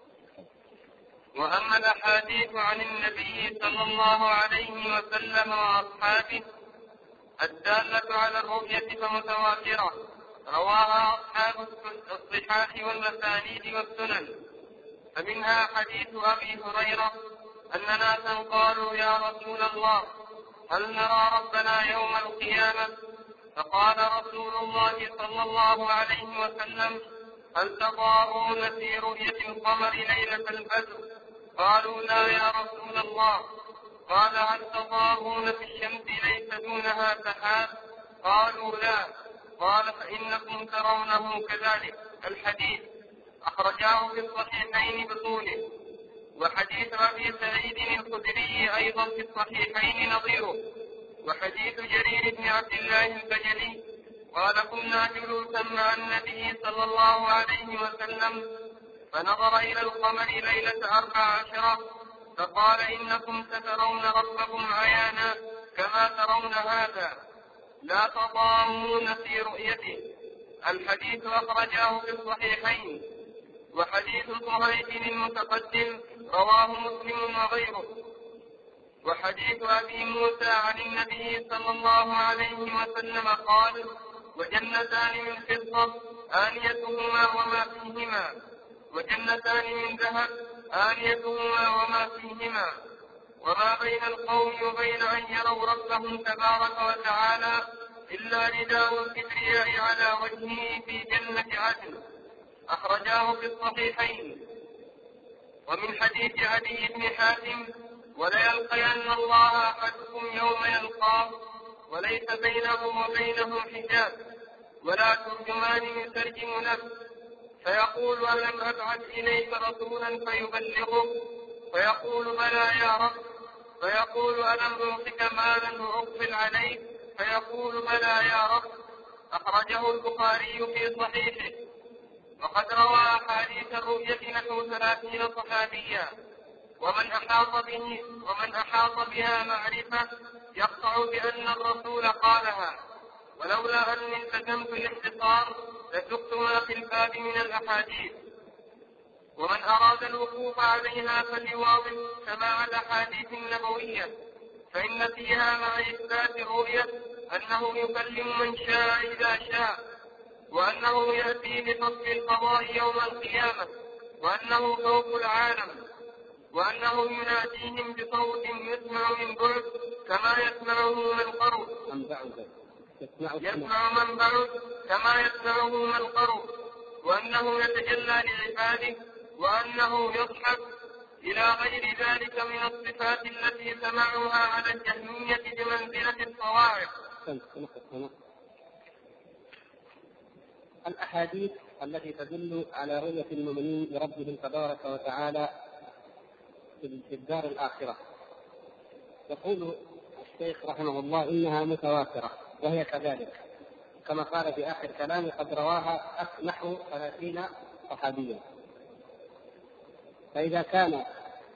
وأما الأحاديث عن النبي صلى الله عليه وسلم وأصحابه الدالة على الرؤية فمتواترة رواها أصحاب الصحاح والمسانيد والسنن. فمنها حديث أبي هريرة أن ناسا قالوا يا رسول الله هل نرى ربنا يوم القيامة؟ فقال رسول الله صلى الله عليه وسلم هل تضارون في رؤية القمر ليلة البدر؟ قالوا لا يا رسول الله. قال هل تضارون في الشمس ليس دونها سحاب؟ قالوا لا. قال فإنكم ترونه كذلك. الحديث أخرجاه في الصحيحين بطوله. وحديث أبي سعيد الخدري أيضا في الصحيحين نظيره. وحديث جرير بن عبد الله البجلي قال كنا جلوسا مع النبي صلى الله عليه وسلم فنظر إلى القمر ليلة أربع عشرة فقال إنكم سترون ربكم عيانا كما ترون هذا لا تضامون في رؤيته. الحديث أخرجاه في الصحيحين. وحديث صهيب المتقدم رواه مسلم وغيره. وحديث أبي موسى عن النبي صلى الله عليه وسلم قال وجنتان من فضة آنيتهما وما فيهما وجنتان من ذهب آنيتهما وما فيهما وما بين القوم وبين أن يروا ربهم تبارك وتعالى إلا رداء الكبرياء على وجهه في جنة عدن. أخرجاه في الصحيحين. ومن حديث عدي بن حاتم وليلقين الله أحدكم يوم يلقاه وليس بينه وبينه حجاب ولا ترجمان يترجم له فيقول ألم أبعث إليك رسولا فيبلغه فيقول بلى يا رب فيقول ألم أعطك مالا وأقبل عليك فيقول بلى يا رب. أخرجه البخاري في صحيحه. وقد روى أحاديث الرؤية نحو ثلاثين صحابيا ومن أحاط به ومن أحاط بها معرفة يقطع بأن الرسول قالها ولولا أني التزمت الاختصار لسقت ما في الباب من الأحاديث. ومن أراد الوقوف عليها فليواظب سماع الأحاديث النبوية فإن فيها مع إثبات الرؤية أنه يكلم من شاء إذا شاء وأنه يأتي بفصل القضاء يوم القيامة وأنه فوق العالم وأنه يناديهم بصوت يسمع من بعد كما يسمعه من قرب يسمع من بعد كما يسمعه من قرب وأنه يتجلى لعباده وأنه يضحك إلى غير ذلك من الصفات التي سمعوها على الجهمية بمنزلة الصواعق. الأحاديث التي تدل على رؤية المؤمنين لربهم تبارك وتعالى في الدار الآخرة يقول الشيخ رحمه الله إنها متواترة وهي كذلك كما قال في آخر كلامه قد رواها نحو ثلاثين صحابيا. فإذا كان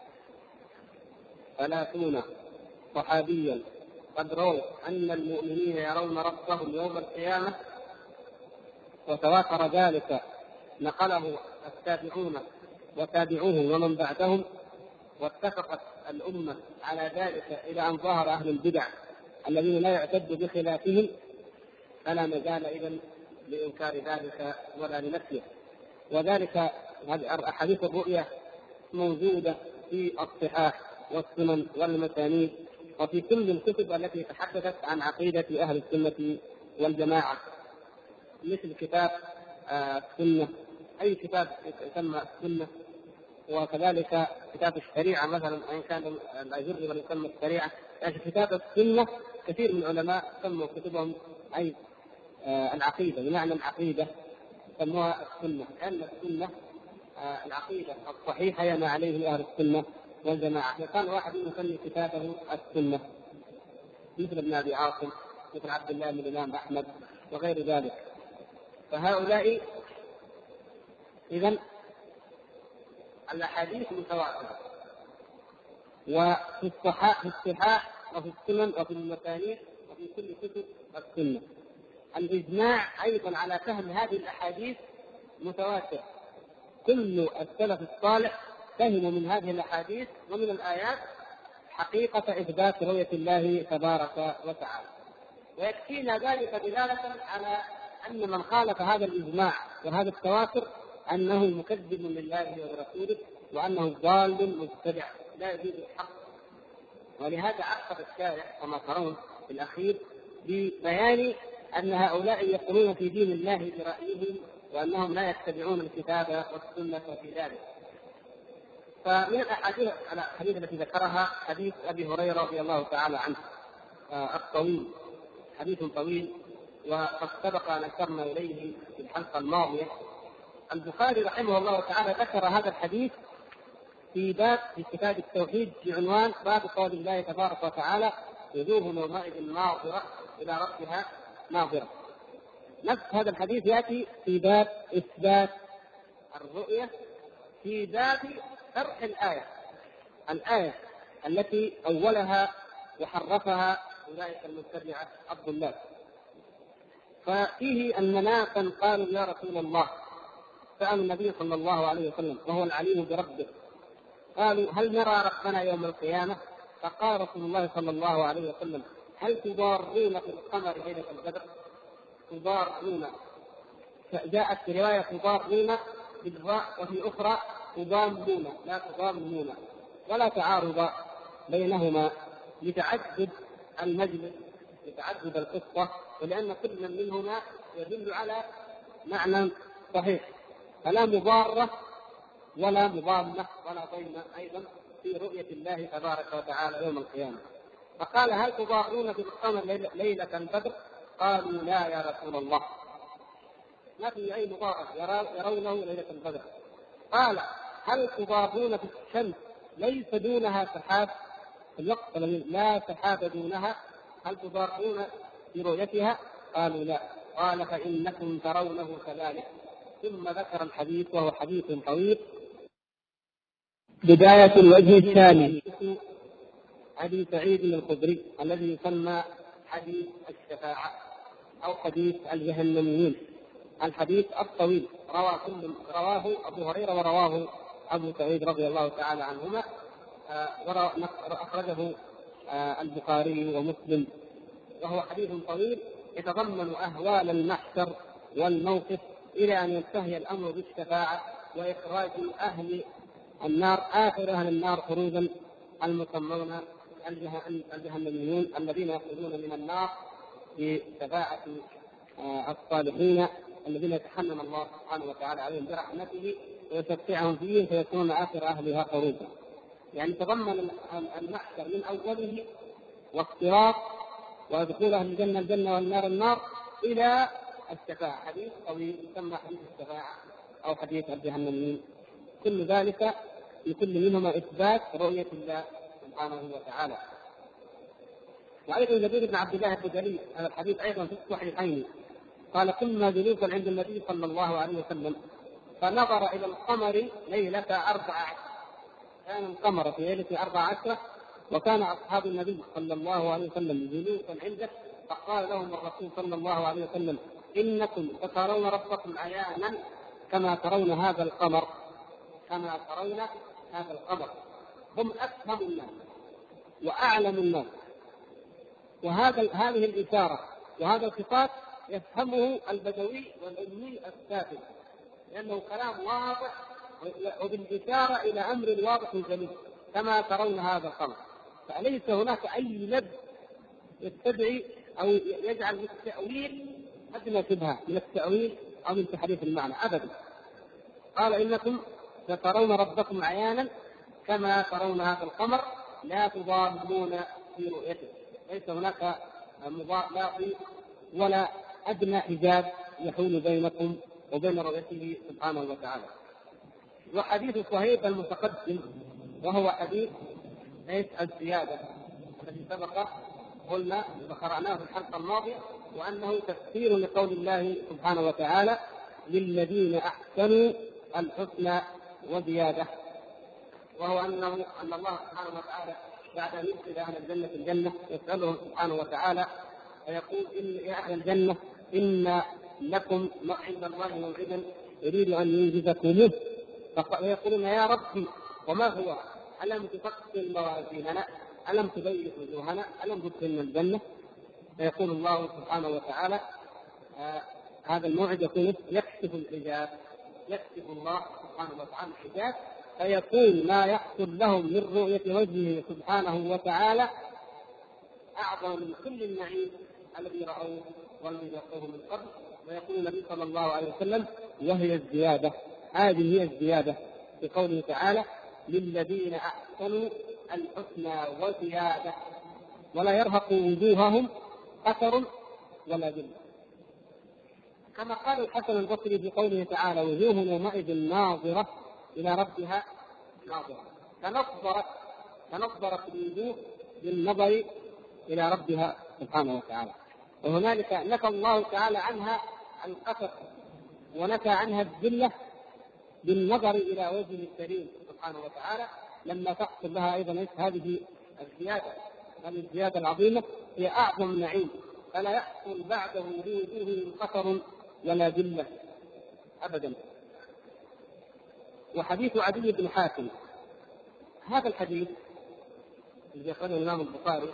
ثلاثون صحابيا قد رووا أن المؤمنين يرون ربهم يوم القيامة وتواتر ذلك نقله التابعون وتابعوهم ومن بعدهم واتفقت الأمة على ذلك إلى أن ظهر أهل البدع الذين لا يعتد بخلافهم فلا مجال إذن لإنكار ذلك ولا لنفيه. وذلك أحاديث الرؤية موجودة في الصحاح والسنن والمسانيد وفي كل الكتب التي تحدثت عن عقيدة أهل السنة والجماعة مثل كتاب السنة أي كتاب يسمى السنة وكذلك كتاب الشريعة مثلا أن كان الأجر من يسمى الشريعة يعني كتاب السنة كثير من العلماء سموا كتبهم أي العقيدة بمعنى العقيدة سموها السنة لأن السنة العقيدة الصحيحة هي ما عليه أهل السنة والجماعة. كان واحد يسمي كتابه السنة مثل ابن أبي عاصم مثل عبد الله بن الإمام أحمد وغير ذلك. فهؤلاء إذن الأحاديث متواترة وفي الصحاح في الصحاح وفي السنن وفي المسانيد وفي كل كتب السنة. الإجماع أيضا على فهم هذه الأحاديث متواتر. كل السلف الصالح فهموا من هذه الأحاديث ومن الآيات حقيقة إثبات رؤية الله تبارك وتعالى. ويكفينا ذلك دلالة على أن من خالف هذا الإجماع وهذا التواتر أنه مكذب لله ولرسوله، وأنه ضال مبتدع لا يجوز الحق. ولهذا أخذ الشارع كما ترون في الأخير ببيان أن هؤلاء يقولون في دين الله برأيهم، وأنهم لا يتبعون الكتاب والسنة في ذلك. فمن الأحاديث الحديث التي ذكرها حديث أبي هريرة رضي الله تعالى عنه الطويل، حديث طويل وقد سبق أن أشرنا إليه في الحلقة الماضية. البخاري رحمه الله تعالى ذكر هذا الحديث في باب في كتاب التوحيد في عنوان باب قول الله تبارك وتعالى وجوه يومئذ ناظرة إلى ربها ناظرة. نفس هذا الحديث يأتي في باب إثبات الرؤية في باب شرح الآية الآية التي أولها وحرفها أولئك المبتدعة الضلال. ففيه أن ناسا قالوا يا رسول الله، سألوا النبي صلى الله عليه وسلم وهو العليم بربه، قالوا هل نرى ربنا يوم القيامة؟ فقال رسول الله صلى الله عليه وسلم هل تضارون في القمر ليلة البدر؟ تضارون، جاءت في رواية تضارون بالراء وفي أخرى تضامون لا تضامون، ولا تعارض بينهما لتعدد المجلس لتعدد القصة، ولأن كل منهما يدل على معنى صحيح، فلا مضارة ولا مضامة ولا ضيمة أيضا في رؤية الله تبارك وتعالى يوم القيامة. فقال هل تضارون في القمر ليلة البدر؟ قالوا لا يا رسول الله، ما في أي مضارة يرونه ليلة البدر. قال هل تضارون في الشمس ليس دونها سحاب؟ في الوقت الذي لا سحاب دونها هل تضارون في رؤيتها؟ قالوا لا. قال فإنكم ترونه كذلك. ثم ذكر الحديث وهو حديث طويل. بداية الوجه الثاني حديث سعيد الخدري الذي يسمى حديث الشفاعة أو حديث الجهنميين. الحديث الطويل رواه كل رواه أبو هريرة ورواه أبو سعيد رضي الله تعالى عنهما، أخرجه البخاري ومسلم، وهو حديث طويل يتضمن أهوال المحشر والموقف إلى أن ينتهي الأمر بالشفاعة وإخراج أهل النار آخر أهل النار خروجا المسمون الجهنميون الذين يخرجون من النار بشفاعة الصالحين الذين يتحنن الله سبحانه وتعالى عليهم برحمته ويشفعهم فيه فيكونون آخر أهلها خروجا. يعني تضمن المحشر من أوله واختراق ودخول أهل الجنة الجنة والنار النار إلى الشفاعة. حديث طويل يسمى حديث الشفاعة أو حديث الجهنميين. كل ذلك لكل منهما إثبات رؤية الله سبحانه وتعالى. وأيضا جرير بن عبد الله البجلي هذا الحديث أيضا في الصحيحين قال كنا جلوسا عند النبي صلى الله عليه وسلم فنظر إلى القمر ليلة أربع عشر. كان القمر في ليلة أربع عشر وكان أصحاب النبي صلى الله عليه وسلم جلوسا عنده، فقال لهم الرسول صلى الله عليه وسلم إنكم سترون ربكم عيانا كما ترون هذا القمر كما ترون هذا القمر. هم أفهم الناس وأعلم الناس، وهذا هذه الإشارة وهذا الخطاب يفهمه البدوي والأمي السافل، لأنه كلام واضح وبالإشارة إلى أمر واضح جليل كما ترون هذا القمر. فليس هناك أي لب يستدعي أو يجعل من التأويل أدنى شبهة من التأويل أو من تحريف المعنى أبدا. قال إنكم سترون ربكم عيانا كما ترون هذا القمر لا تضامون في رؤيته. ليس هناك مضاد ولا أدنى حجاب يحول بينكم وبين رؤيته سبحانه وتعالى. وحديث صهيب المتقدم وهو حديث ليس الزيادة الذي سبق قلنا وقرأناه في الحلقة الماضية، وأنه تفسير لقول الله سبحانه وتعالى للذين أحسنوا الحسنى وزيادة، وهو أنه أن الله سبحانه وتعالى بعد أن يدخل أهل الجنة الجنة يسألهم سبحانه وتعالى فيقول إن يا أهل الجنة إن لكم عند الله موعدا يريد أن ينجزكموه، فيقولون يا ربي وما هو؟ ألم تفصل موازيننا؟ ألم تبيض وجوهنا؟ ألم تدخلنا الجنة؟ فيقول الله سبحانه وتعالى آه هذا الموعد يكون يكشف الحجاب، يكشف الله سبحانه وتعالى الحجاب، فيكون ما يحصل لهم من رؤية وجهه سبحانه وتعالى أعظم من كل النعيم الذي رأوه والذي ذاقوه من قبل. ويقول النبي صلى الله عليه وسلم وهي الزيادة، هذه هي الزيادة في قوله تعالى للذين أحسنوا الحسنى وزيادة ولا يرهق وجوههم قتر ولا ذل. كما قال الحسن البصري في قوله تعالى وجوه يومئذ ناظرة إلى ربها ناظرة، تنظرت تنظرت الوجوه بالنظر إلى ربها سبحانه وتعالى. وهنالك نفى الله تعالى عنها القتر ونفى عنها الذلة بالنظر إلى وجه الكريم سبحانه وتعالى لما تحصل لها أيضا هذه الزيادة، هذه الزيادة العظيمة هي أعظم نعيم، فلا يحصل بعده لوجوههم قتر ولا ذلة أبدا. وحديث عدي بن حاتم، هذا الحديث الذي أخرجه الإمام البخاري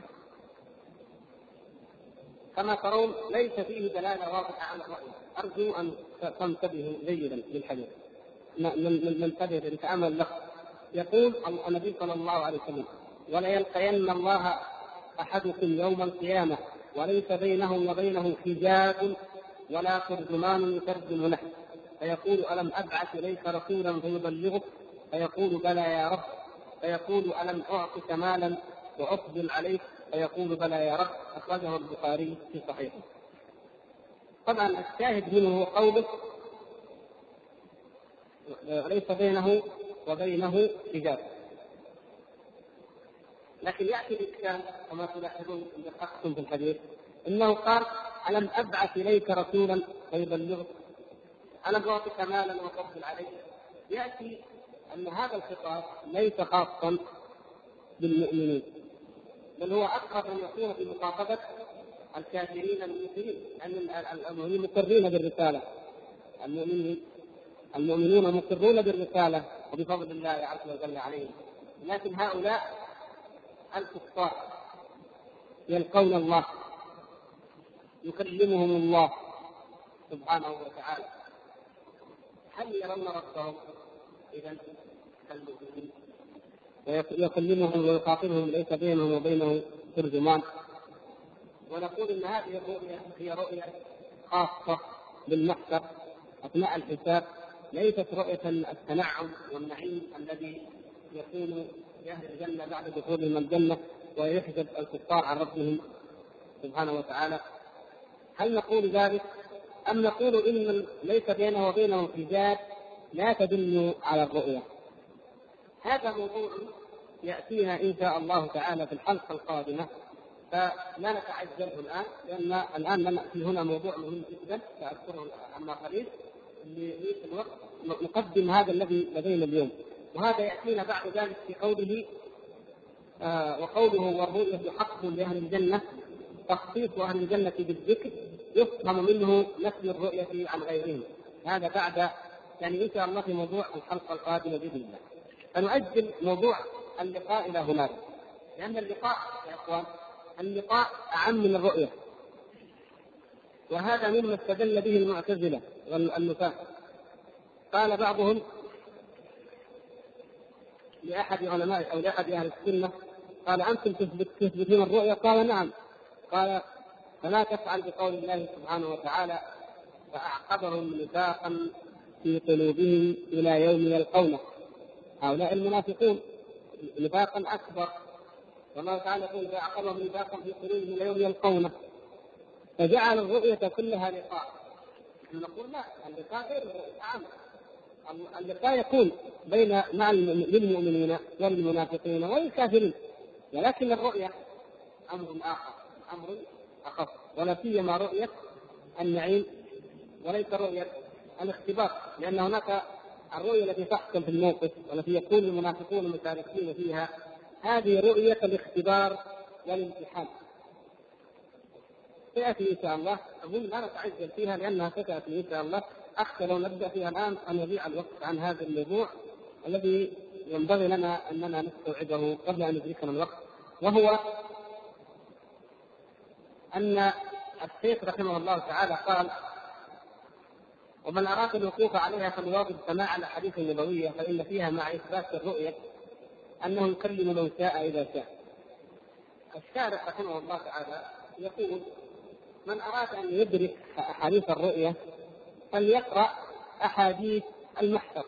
كما ترون ليس فيه دلالة واضحة على الرؤية. أرجو أن تنتبهوا جيدا للحديث، ننتبه نتأمل له. يقول النبي صلى الله عليه وسلم ولا يلقين الله أحدكم يوم القيامة وليس بينه وبينه حجاب ولا ترجمان يترجم له فيقول ألم أبعث إليك رسولا فيبلغك فيقول بلى يا رب فيقول ألم أعطك مالا وأفضل عليك فيقول بلى يا رب. أخرجه البخاري في صحيحه. طبعا الشاهد منه هو قوله ليس بينه وبينه حجاب، لكن يأتي الإشكال كما تلاحظون إذا دققتم في الحديث إنه قال ألم أبعث إليك رسولا فيبلغك ألم أعطك مالا وأفضل عليك. يأتي أن هذا الخطاب ليس خاصا بالمؤمنين بل هو أقرب أن يكون في مخاطبة الكافرين المؤمنين، لأن المؤمنين مقرين بالرسالة، المؤمنين المؤمنون مقرون بالرسالة وبفضل الله عز وجل عليهم، لكن هؤلاء الكفار يلقون الله يكلمهم الله سبحانه وتعالى، هل يرون ربهم؟ إذا كالمؤمنين ويكلمهم ويخاطبهم ليس بينهم وبينه ترجمان. ونقول ان هذه الرؤيا هي رؤيا خاصه بالمحشر اثناء الحساب، ليست رؤيه التنعم والنعيم الذي يكون لاهل الجنه بعد دخولهم الجنه ويحجب الكفار عن ربهم سبحانه وتعالى. هل نقول ذلك ام نقول ان ليس بينه وبينه حجاب لا تدل على الرؤيا؟ هذا موضوع يأتينا إن شاء الله تعالى في الحلقة القادمة، فلا نتعجله الآن لأن الآن نأتي هنا موضوع مهم جدا سأذكره عما قليل لضيق الوقت. نقدم هذا الذي لدينا اليوم، وهذا يأتينا بعد ذلك في قوله آه وقوله والرؤية حق لأهل الجنة تخصيص أهل الجنة بالذكر يفهم منه نفي الرؤية عن غيرهم. هذا بعد يعني إن شاء الله في موضوع الحلقة القادمة بإذن الله. فنؤجل موضوع اللقاء إلى هناك، لأن اللقاء يا إخوان اللقاء أعم من الرؤية، وهذا مما استدل به المعتزلة والنفاة. قال بعضهم لأحد علماء أو لأحد أهل السنة قال أنتم تثبتون الرؤية؟ قال نعم. قال فلا تفعل بقول الله سبحانه وتعالى فأعقبهم نفاقا في قلوبهم إلى يوم يلقونه. هؤلاء المنافقون نفاقا أكبر، والله تعالى يقول فأعقبهم نفاقا في قلوبهم إلى يوم يلقونه، فجعل الرؤية كلها لقاء. نقول لا، اللقاء غير أعم. اللقاء يكون بين مع للمؤمنين والمنافقين والكافرين، ولكن الرؤية أمر آخر، أمر أخف، ولا سيما رؤية النعيم وليس رؤية الاختبار، لأن هناك الرؤية التي تحصل في الموقف والتي يكون المنافقون مشاركين فيها هذه رؤية الاختبار والامتحان. تأتي إن شاء الله، أظن لا نتعجل فيها لأنها ستأتي إن شاء الله. أخشى لو نبدأ فيها الآن أن يضيع الوقت عن هذا الموضوع الذي ينبغي لنا أننا نستوعبه قبل أن يدركنا الوقت، وهو أن الشيخ رحمه الله تعالى قال: ومن أراد الوقوف عليها فليواظب سماع الأحاديث النبوية فإن فيها مع إثبات الرؤية أنه يكلم من شاء إذا شاء. الشارع رحمه الله تعالى يقول: من أراد أن يدرك أحاديث الرؤية فليقرأ أحاديث المحشر،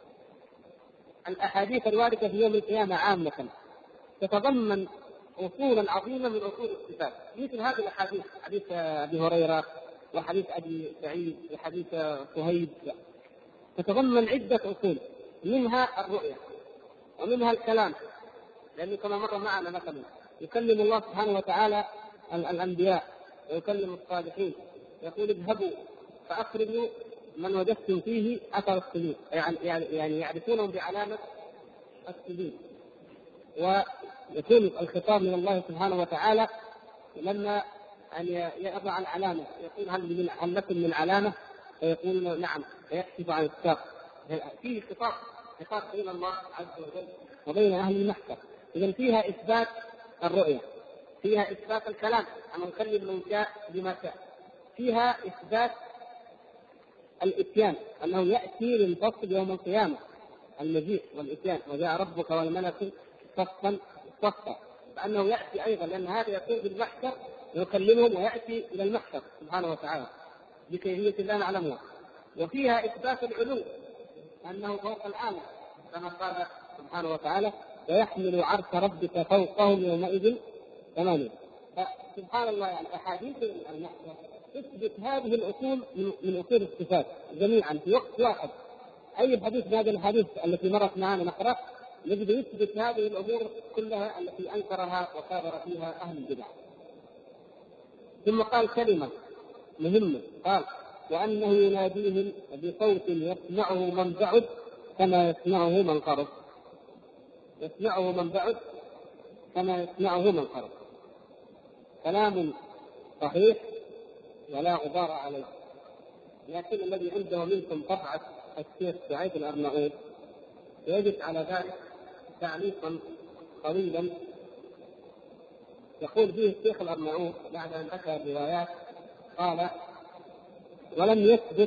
الأحاديث الواردة في يوم القيامة عامة تتضمن أصولا عظيمة من أصول الصفات، مثل هذه الأحاديث، حديث أبي هريرة وحديث أبي سعيد وحديث صهيب، تتضمن عدة أصول، منها الرؤية ومنها الكلام، لأنه كما مر معنا مثلا يكلم الله سبحانه وتعالى الأنبياء ويكلم الصالحين، يقول: اذهبوا فأخرجوا من وجدتم فيه أثر السجود، يعني يعني يعرفونهم بعلامة السجود. ويكون الخطاب من الله سبحانه وتعالى لما أن يضع العلامة يقول: هل من هل لكم من علامة؟ فيقول: نعم، فيكشف عن الساق. فيه خطاب خطاب بين الله عز وجل وبين أهل المحشر. إذن فيها إثبات الرؤية، فيها إثبات الكلام أنه يكلم من شاء بما شاء، فيها إثبات الإتيان أنه يأتي للفصل يوم القيامة، المجيء والإتيان، وجاء ربك والملك صفا صفا، فأنه يأتي أيضا، لأن هذا يكون في المحشر يكلمهم ويأتي إلى المحشر سبحانه وتعالى بكيفية لا نعلمها. وفيها إثبات العلو أنه فوق العالم كما قال سبحانه وتعالى: ويحمل عرش ربك فوقهم يومئذ ثمانية. فسبحان الله، يعني أحاديث المحشر تثبت هذه الأصول من أصول الصفات جميعا في وقت واحد. أي حديث من هذه الحديث التي مرت معنا نقرأ نجد يثبت هذه الأمور كلها التي أنكرها وكابر فيها أهل البدع. ثم قال كلمة مهمة، قال: وأنه يناديهم بصوت يسمعه من بعد كما يسمعه من قرب. يسمعه من بعد كما يسمعه من قرب. كلام صحيح ولا غبار عليه. لكن الذي عنده منكم طبعة الشيخ سعيد الأرناؤوط يجد على ذلك تعليقا طويلا يقول فيه الشيخ الأرناؤوط بعد أن ذكر الروايات، قال: ولم يثبت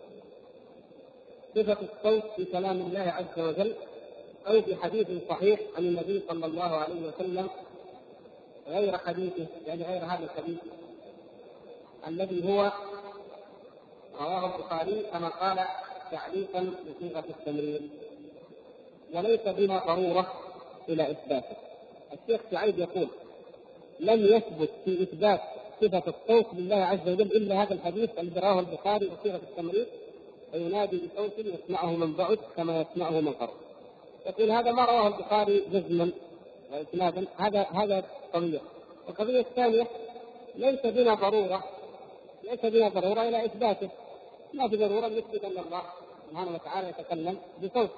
صفة الصوت في كلام الله عز وجل أو في حديث صحيح عن النبي صلى الله عليه وسلم غير حديثه، يعني غير هذا الحديث الذي هو رواه البخاري كما قال تعليقا بصيغة التمرير، وليس بنا ضرورة إلى إثباته. الشيخ سعيد يقول: لم يثبت في إثبات صفة الصوت لله عز وجل إلا هذا الحديث الذي رواه البخاري بصيغة التمرير: وينادي بصوت يسمعه من بعد كما يسمعه من قرب. يقول هذا ما رواه البخاري جزما وإسنادا، هذا هذا قضية. القضية الثانية: ليس بنا ضرورة ليس بنا ضرورة إلى إثباته، ما في ضرورة نثبت أن الله سبحانه وتعالى يتكلم بصوت.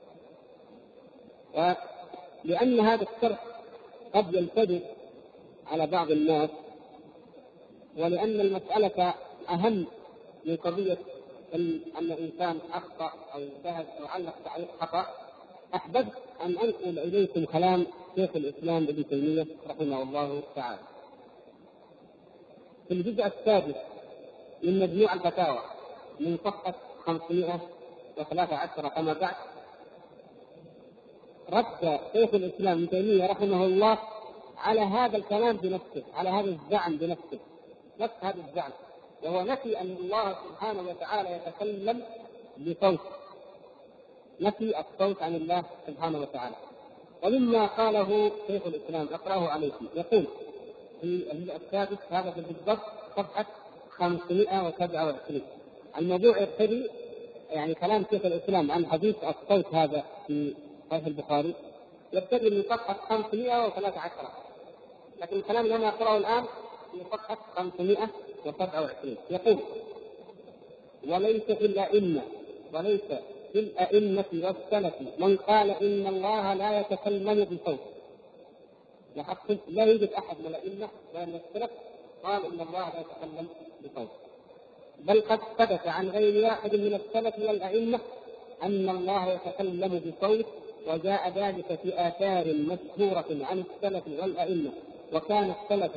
ولأن هذا الشرح قد يلتبس على بعض الناس، ولأن المسألة أهم من قضية أن الإنسان أخطأ أو انتهز أو علق تعليق خطأ، أحببت أن أنقل إليكم كلام شيخ الإسلام ابن تيمية رحمه الله تعالى في الجزء السادس من مجموع الفتاوى من صفحة خمسمائة وثلاثة عشر كما بعد. رد شيخ الإسلام ابن تيمية رحمه الله على هذا الكلام بنفسه، على هذا الزعم بنفسه، نفس هذا الزعم، وهو نفي أن الله سبحانه وتعالى يتكلم بصوت، نفي الصوت عن الله سبحانه وتعالى. ومما قاله شيخ الإسلام أقرأه عليكم، يقول في الجزء السادس هذا بالضبط صفحة خمسمائة وسبعة وعشرين. الموضوع يبتدي يعني كلام شيخ الإسلام عن حديث الصوت هذا في صحيح البخاري يبتدي من صفحة خمسمائة وثلاثة عشر، لكن الكلام اللي أنا أقرأه الآن في صفحة خمسمائة وسبعة وعشرين. يقول: وليس في الأئمة وليس في الأئمة والسلف من قال إن الله لا يتكلم بصوت. لاحظت لا يوجد أحد من الأئمة ولا من السلف قال إن الله لا يتكلم بصوت، بل قد ثبت عن غير واحد من السلف والأئمة أن الله يتكلم بصوت، وجاء ذلك في آثار مشهورة عن السلف والأئمة، وكان السلف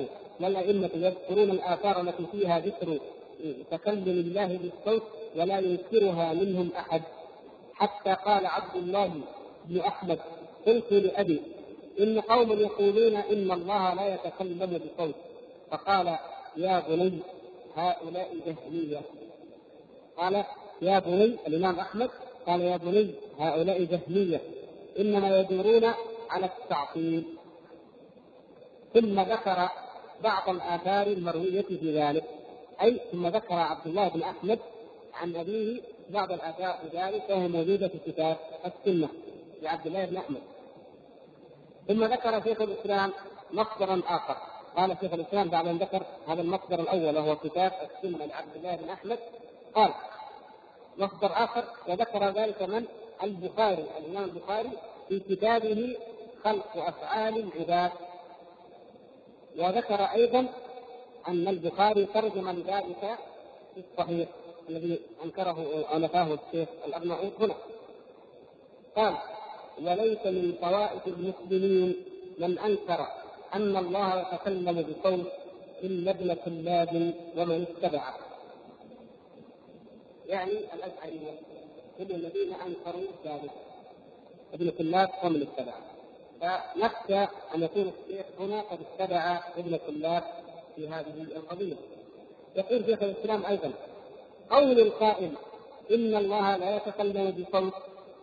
والأئمة يذكرون الآثار التي فيها ذكر تكلم الله بالصوت ولا ينكرها منهم أحد، حتى قال عبد الله بن أحمد: قلت لأبي إن قوم يقولون إن الله لا يتكلم بصوت، فقال: يا بني هؤلاء جهمية. قال يا بني الإمام أحمد قال يا بني هؤلاء جهمية إنما يدورون على التعطيل. ثم ذكر بعض الآثار المروية في ذلك، أي ثم ذكر عبد الله بن أحمد عن أبيه بعض الآثار في ذلك وهي موجودة في كتاب السنة لعبد الله بن أحمد. ثم ذكر شيخ الإسلام مصدرا آخر. قال شيخ الإسلام بعد أن ذكر هذا المصدر الأول وهو كتاب السنة لعبد الله بن أحمد، قال مصدر آخر وذكر ذلك من البخاري، الإمام البخاري في كتابه خلق أفعال العباد. وذكر أيضا أن البخاري ترجم لذلك في الصحيح الذي أنكره أو نفاه الشيخ الأرناؤوط هنا. قال وليس من طوائف المسلمين من أنكر أن الله يتكلم بصوت إلا ابن كلاب ومن اتبعه، يعني الأشعرية هم الذين أنكروا ذلك، ابن كلاب ومن اتبعه. فنخشى أن يكون الشيخ هنا قد اتبع ابن كلاب في هذه القضية. يقول شيخ الإسلام أيضا: قول القائل إن الله لا يتكلم بصوت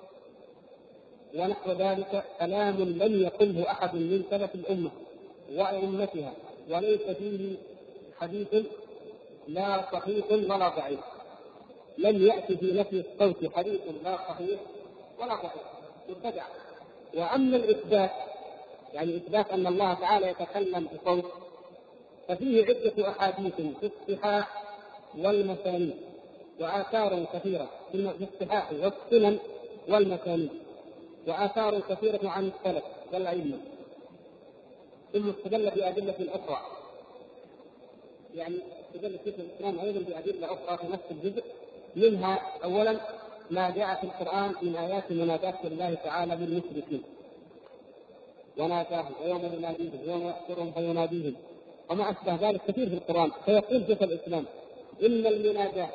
ونحو ذلك كلام لم يقله أحد من سلف الأمة وأئمتها، وليس فيه حديث لا صحيح ولا ضعيف. لم يأتي في نفي الصوت حديث لا صحيح ولا ضعيف، مبتدع. وأما الإثبات، يعني إثبات أن الله تعالى يتكلم بصوت، ففيه عدة أحاديث في الصحاح والمسانيد وآثار كثيرة في الصحاح والسنن والمسانيد وآثار كثيرة عن السلف والأئمة، ثم استدل بأدلة أخرى. يعني استدل شيخ الإسلام أيضا بأدلة أخرى في نفس الجزء، منها أولا ما جاء في القرآن من آيات مناداة الله تعالى بالمشركين: وناداهم ويوم يناديهم ويوم يحشرهم فيناديهم وما أشبه ذلك كثير في القرآن. فيقول شيخ الإسلام إن المناداة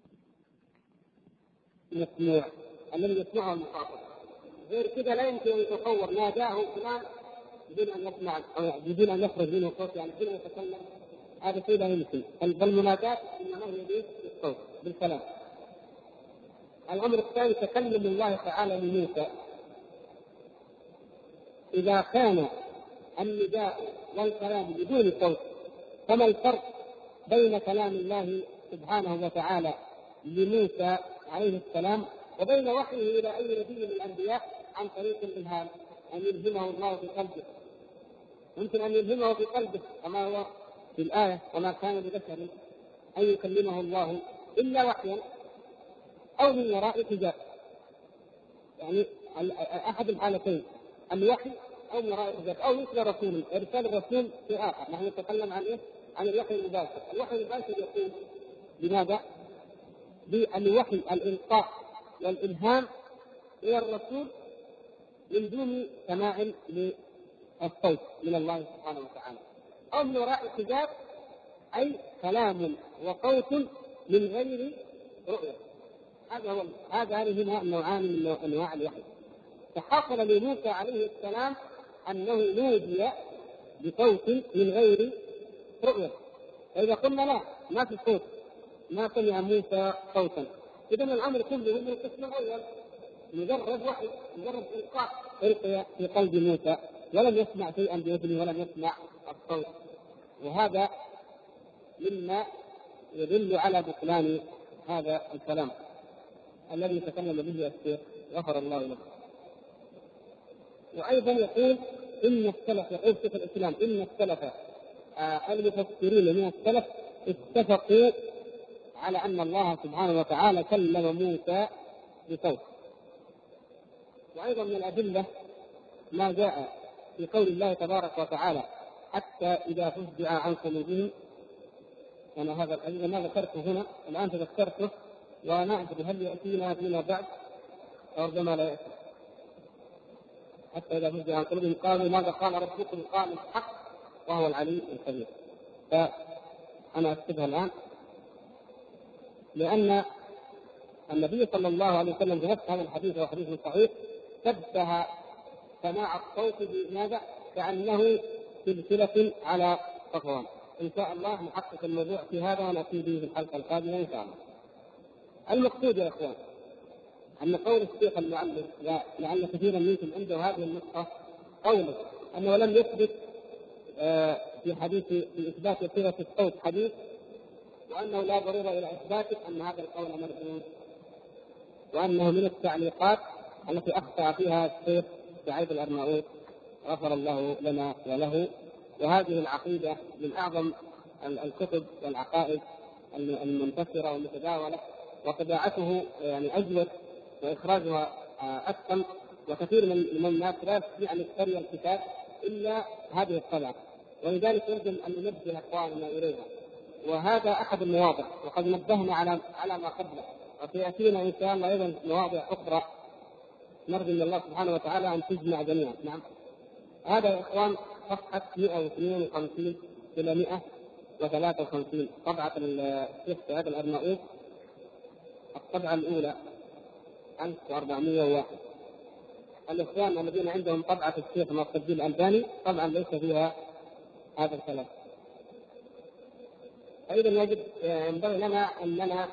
مسموع الذي يسمعه المخاطب، غير كذا لا يمكن أن يتصور ناداه فلان بدون أن يسمع أو بدون أن يخرج منه صوت، يعني بدون أن يتكلم، هذا شيء لا يمكن. فالمناداة إنما هي بالصوت بالكلام. الأمر الثاني تكلم الله تعالى لموسى. إذا كان النداء والكلام بدون صوت، فما الفرق بين كلام الله سبحانه وتعالى لموسى عليه السلام وبين وحيه إلى أي نبي من الأنبياء عن طريق الإلهام، أن يلهمه الله في قلبه؟ ممكن أن يلهمه في قلبه كما هو في الآية: وما كان لبشر أن يكلمه الله إلا وحيا أو من وراء حجاب. يعني أحد الحالتين، الوحي أو من وراء حجاب، أو مثل رسول إرسال الرسول في آخر. نحن نتكلم عن إيه؟ عن الوحي المباشر. الوحي المباشر يكون بماذا؟ بالوحي الإلقاء والإلهام إلى الرسول من دون سماع للصوت من الله سبحانه وتعالى، أو من وراء حجاب، أي كلام وصوت من غير رؤية. هذا هو هذا هذه هنا نوعان من أنواع الوحي. فحصل لموسى عليه السلام أنه نودي بصوت من غير رؤية. فإذا قلنا لا، ما في صوت، ما سمع موسى صوتا، إذن الأمر كله من القسم الأول، مجرد وحي، مجرد إلقاء ألقي في قلب موسى، ولم يسمع شيئا بأذنه ولم يسمع الصوت. وهذا مما يدل على بطلان هذا الكلام الذي تكلم به الشيخ غفر الله له. وأيضا يقول إن السلف، يقول شيخ الإسلام إن السلف آه المفسرين من السلف اتفقوا على أن الله سبحانه وتعالى كلم موسى بصوت. وأيضا من الأدلة ما جاء في قول الله تبارك وتعالى: حتى إذا فزع عن قلوبهم. أنا هذا الحديث ما ذكرته هنا الآن تذكرته، وأنا أعتقد هل يأتينا فيما بعد أو ربما لا يأتي. حتى إذا فزع عن قلوبهم قالوا ماذا قال ربكم؟ قال الحق وهو العلي الكبير. فأنا أكتبها الآن. لأن النبي صلى الله عليه وسلم في نفس هذا الحديث وحديث صحيح شبه سماع الصوت بماذا؟ كأنه سلسلة على صفوان. إن شاء الله نحقق الموضوع في هذا ونأتي به في الحلقة القادمة إن شاء الله. المقصود يا إخوان أن قول الشيخ المعلم لعل كثيرا منكم عنده هذه النقطة، قوله أنه لم يثبت في حديث في إثبات صيغة الصوت حديث، وأنه لا ضرورة إلى إثباته، أن هذا القول مردود، وأنه من التعليقات التي أخطأ فيها الشيخ سعيد الأرناؤوط غفر الله لنا وله. وهذه العقيدة من أعظم الكتب والعقائد المنتشرة والمتداولة، وطباعته يعني أجود وإخراجها أتقن، وكثير من الناس لا يستطيع أن يشتري الكتاب إلا هذه الطبعة، ولذلك يجب أن ننبه إخواننا إليها. وهذا أحد المواضع، وقد نبهنا على على ما قبله، وسيأتينا إن شاء الله أيضا مواضع أخرى نرجو من الله سبحانه وتعالى أن تجمع جميعا. نعم، هذا يا إخوان صفحة مئة واثنين وخمسين إلى مئة وثلاثة وخمسين، طبعة الشيخ سعيد الأرناؤوط، الطبعة الأولى ألف وأربعمائة وواحد. الإخوان الذين عندهم طبعة الشيخ ناصر الدين الألباني طبعا ليس فيها هذا الكلام. أيضا يجب ينبغي لنا أننا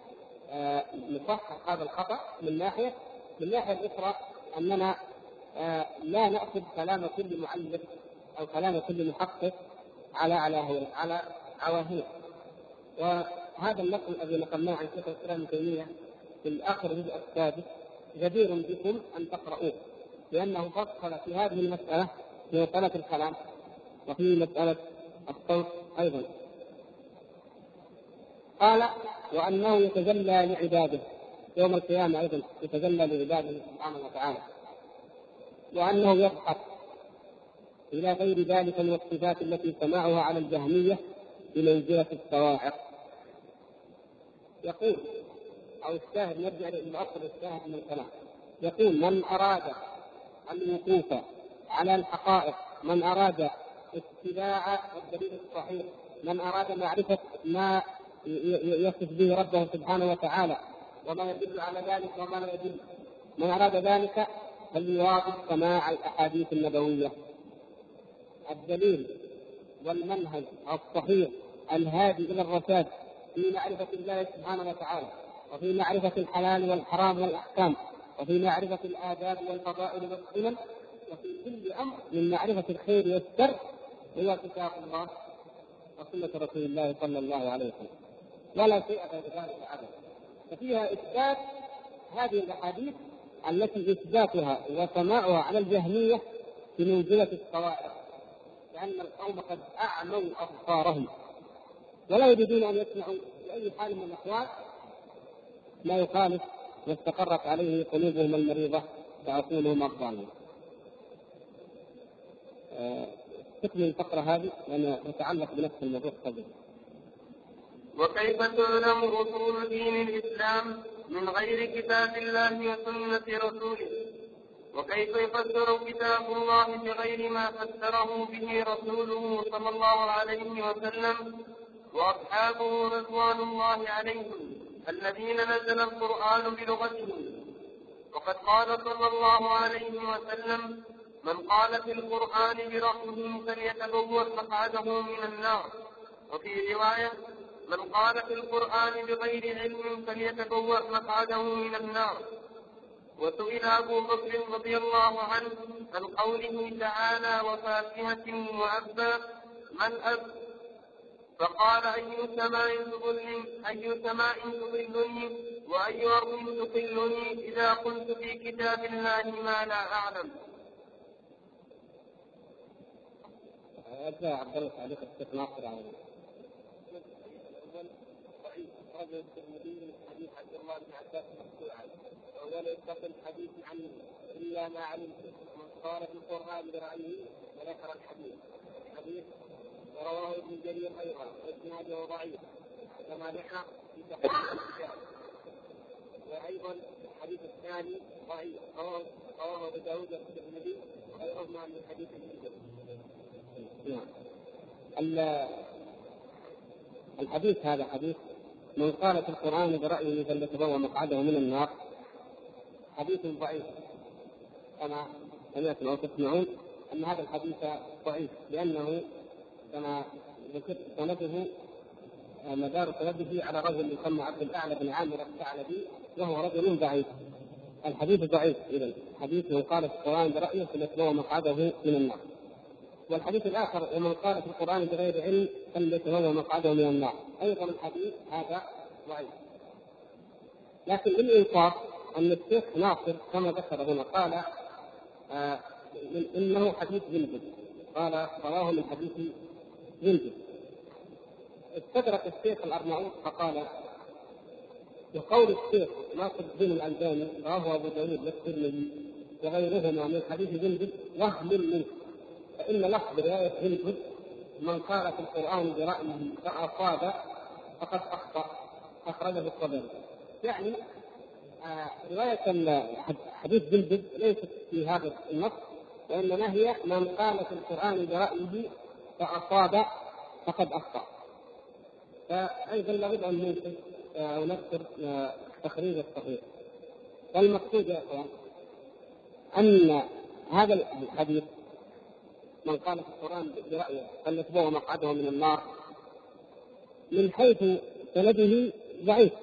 نصحح هذا الخطأ من ناحية، من ناحية أخرى أننا لا نأخذ كلام كل معلق أو كلام كل محقق على على على عواهنه. وهذا النقل الذي نقلناه عن شيخ الإسلام ابن تيمية في الآخر الجزء السادس جدير بكم أن تقرؤوه، لأنه فصل في هذه المسألة، في مسألة الكلام وفي مسألة الصوت أيضا. قال وأنه يتجلى لعباده يوم القيامة، أيضا يتجلى لعباده سبحانه وتعالى، وأنه يضحك إلى غير ذلك من الصفات التي سمعها على الجهمية بمنزلة الصواعق. يقول أو الشاهد، نرجع للأصل الشاهد من الكلام، يقول من أراد الوقوف على الحقائق، من أراد اتباع الدليل الصحيح، من أراد معرفة ما يصف به ربه سبحانه وتعالى وما يدل على ذلك وما لا يدل، من أراد ذلك فليواظب سماع الأحاديث النبوية، الدليل والمنهج الصحيح الهادي إلى الرشاد في معرفة الله سبحانه وتعالى، وفي معرفة الحلال والحرام والأحكام، وفي معرفة الآداب والفضائل والسنن، وفي كل أمر من معرفة الخير والشر، هو كتاب الله وسنة رسول الله صلى الله عليه وسلم، ولا شيء غير ذلك أبدا. ففيها إثبات هذه الأحاديث التي إثباتها وسماعها على الجهمية في منزلة الصواعق، لأن القوم قد أعموا أبصارهم ولا يريدون أن يسمعوا بأي حال من الأحوال ما يخالف ما استقرت عليه قلوبهم المريضة وعقولهم الضالة. تكمل الفقرة هذه لأنها تتعلق بنفس الموضوع قبل. وكيف تعلم أصول دين الإسلام من غير كتاب الله وسنة رسوله؟ وكيف يفسر كتاب الله بغير ما فسره به رسوله صلى الله عليه وسلم وأصحابه رضوان الله عليهم الذين نزل القرآن بلغتهم؟ وقد قال صلى الله عليه وسلم: من قال في القرآن برأيه فليتبوأ مقعده من النار. وفي رواية: من قال في القرآن بغير علم فليتبوأ مقعده من النار. وسئل أبو بكر رضي الله عنه عن قوله تعالى: وفاكهة وأبا، من أب؟ فقال: أي سماء تظلني أي سماء تظلني وأي أرض تظلني إذا قلت في كتاب الله ما لا أعلم. أبدا عبد الله تعليق الشيخ ناصر على رجل الترمذي من حديث عبد الله بن عباس مرفوعا: ولا يتصل الحديث عنه إلا ما علمت، من قال في القرآن برأيه وذكر الحديث حديث. ورواه ابن جرير أيضا وإسناده ضعيف كما نحى في تحقيق الكتاب. وأيضا الحديث الثاني ضعيف رواه أبو داود والترمذي وغيرهما من حديث ابن جرير. الحديث هذا حديث من قال في القرآن برأيه فليتبوأ مقعده من النار، حديث ضعيف كما سمعتم أو تسمعون أن هذا الحديث ضعيف، لأنه كما ذكرت سنده مدار سنده على رجل يسمى عبد الأعلى بن عامر الثعلبي وهو رجل ضعيف. الحديث ضعيف، إذن حديث من قال في القرآن برأيه فليتبوأ مقعده من النار. والحديث الآخر ومن قال في القرآن بغير علم فليتبوأ مقعده من النار، أيضا الحديث هذا ضعيف. لكن بالإنصاف أن الشيخ ناصر كما ذكر هنا قال آه إنه حديث جندب، قال رواه من حديث جندب. استدرك الشيخ الأرناؤوط فقال وقول الشيخ ناصر الدين الألباني رواه أبو داود والترمذي وغيرهما من حديث جندب وهم منه، فإن لفظ رواية جندب من قال في القرآن برأيه فأصاب فقد أخطأ أخرجه الطبري. يعني آه رواية حديث جندب ليست في هذا النص، وإنما هي من قال في القرآن برأيه فأصاب فقد أخطأ. فأيضا لابد أن ننشر أو نذكر تخريج الصحيح. والمقصود يا أخوان أن هذا الحديث من قال في القرآن برأيه فليتبوأ مقعده من النار من حيث سنده ضعيف،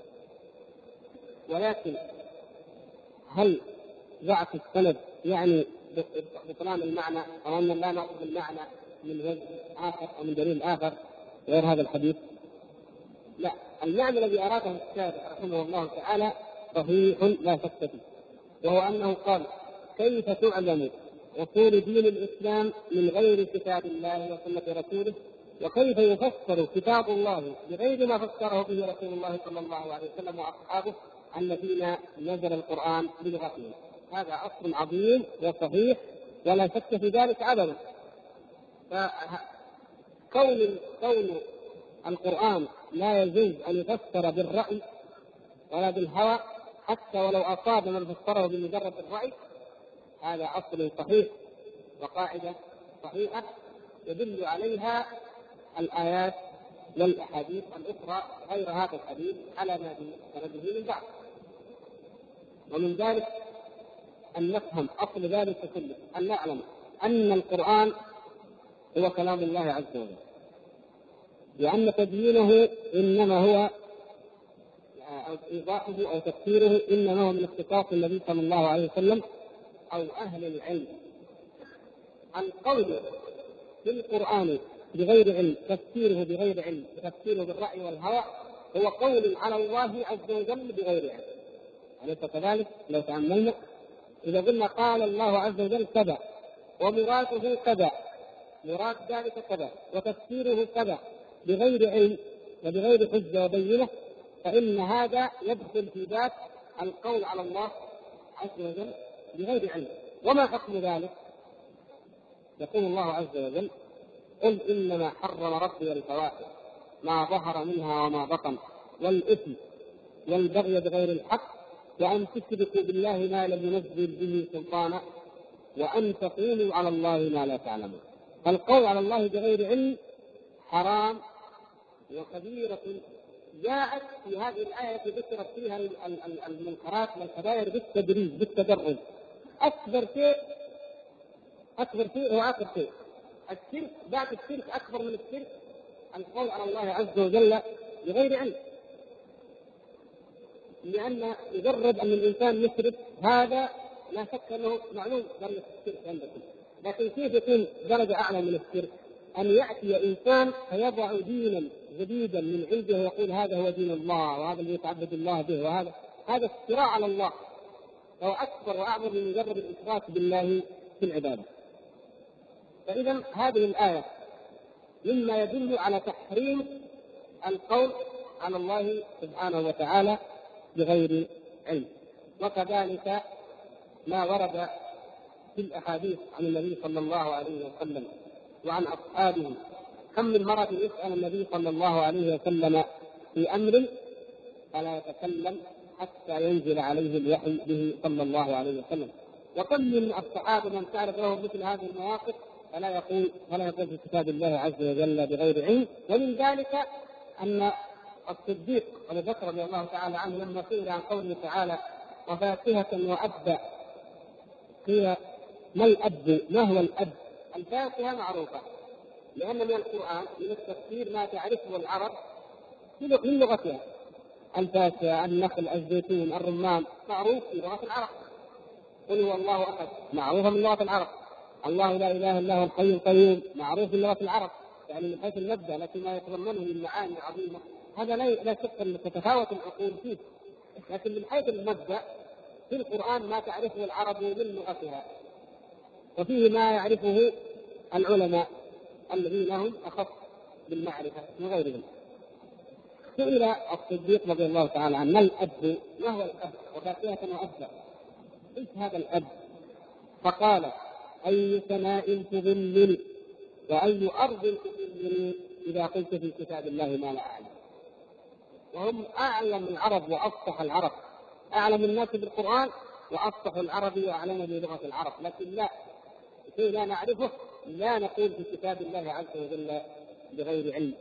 ولكن هل ضعف السند يعني بطلان المعنى أو أن لا نأخذ المعنى من وجه آخر أو من دليل آخر غير هذا الحديث؟ لا، المعنى الذي أراده الشارع رحمه الله تعالى صحيح لا شك فيه، وهو أنه قال كيف تعلم أصول دين الإسلام من غير كتاب الله وسنة رسوله، وكيف يفسر كتاب الله بغير ما فسره به رسول الله صلى الله عليه وسلم وأصحابه الذين نزل القرآن بلغتهم. هذا أصل عظيم وصحيح ولا شك في ذلك أبدا. فكون كون القرآن لا يجوز أن يفسر بالرأي ولا بالهوى حتى ولو أصاب من فسره بمجرد الرأي، هذا أصل صحيح وقاعدة صحيحة يدل عليها الآيات والأحاديث الأخرى غير هذا الحديث على ما سنده من بعد. ومن ذلك أن نفهم أصل ذلك كله، أن نعلم أن القرآن هو كلام الله عز وجل، لأن تديينه إنما هو أو إيضاحه أو تفسيره إنما هو من اختصاص النبي صلى الله عليه وسلم أو أهل العلم. القول في القرآن بغير علم تفسيره بغير علم تفسيره بالرأي والهوى هو قول على الله عز وجل بغير علم، أليس كذلك؟ لو تأملنا إذا قلنا قال الله عز وجل كذا ومراده كذا، مراد ذلك كذا وتفسيره كذا بغير علم وبغير حجة وبينة، فإن هذا يدخل في ذات القول على الله عز وجل بغير علم. وما حكم ذلك؟ يقول الله عز وجل قل إنما حرم ربي الفواحش ما ظهر منها وما بطن والإثم والبغي بغير الحق وأن تشركوا بالله ما لم ينزل به سلطانا وأن تقولوا على الله ما لا تعلمون. القول على الله بغير علم حرام وكبيرة جاءت في هذه الآية ذكرت فيها المنكرات والكبائر بالتدريج بالتدرج. أكبر شيء أكبر شيء هو آخر شيء، الشرك بعد الشرك أكبر من الشرك القول على الله عز وجل بغير علم، لأن مجرد أن الإنسان يشرك هذا لا شك أنه معلوم درجة الشرك عندكم، لكن كيف يكون درجة أعلى من الشرك؟ أن يأتي إنسان فيضع دينا جديدا من عنده ويقول هذا هو دين الله وهذا الذي يتعبد الله به، وهذا هذا افتراء على الله، فهو أكبر وأعظم من مجرد الإشراك بالله في العبادة. فإذا هذه الآية مما يدل على تحريم القول على الله سبحانه وتعالى بغير علم. وكذلك ما ورد في الأحاديث عن النبي صلى الله عليه وسلم وعن أصحابه، كم من مرة يسأل النبي صلى الله عليه وسلم في أمر فلا يتكلم حتى ينزل عليه الوحي به صلى الله عليه وسلم، وكم من الصحابة من تعرف له مثل هذه المواقف فلا يقول فلا يقول في كتاب الله عز وجل بغير علم. ومن ذلك أن الصديق أبو بكر رضي الله تعالى عنه لما سئل عن قوله تعالى وفاكهة وأبا، هي ما الأب؟ ما هو الأب؟ الفاكهة معروفة، لأن من القرآن من التفسير ما تعرفه العرب من لغتها. الفاكهة، النخل، الزيتون، الرمان معروف في لغة العرب. قل هو الله أحد معروفة من لغة العرب. الله لا إله إلا هو الحي القيوم معروف من لغة العرب، يعني من حيث المبدأ، لكن ما يتضمنه من معاني عظيمة هذا لا شك أن تتفاوت العقول فيه، لكن من حيث المبدأ في القرآن ما تعرفه العرب من لغتها، وفيه ما يعرفه العلماء الذين هم أخص بالمعرفة من غيرهم. سئل الصديق رضي الله تعالى عنه ما الأب؟ ما هو الأب؟ وفاكهة وأبا، ايش هذا الأب؟ فقال أي سماء تظلني وأي أرض تظلني إذا قلت في كتاب الله ما لا أعلم. وهم أعلم العرب وأفصح العرب، أعلم الناس بالقرآن وأفصح العرب وأعلم بلغة العرب، لكن لا شيء لا نعرفه لا نقول في كتاب الله عز وجل بغير علم.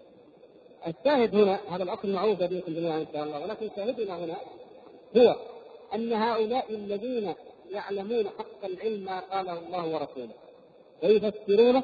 الشاهد هنا هذا الأصل معروف بكم جميعا إن شاء الله، ولكن شاهدنا هنا هو أن هؤلاء الذين يعلمون حق العلم ما قاله الله ورسوله ويفسرونه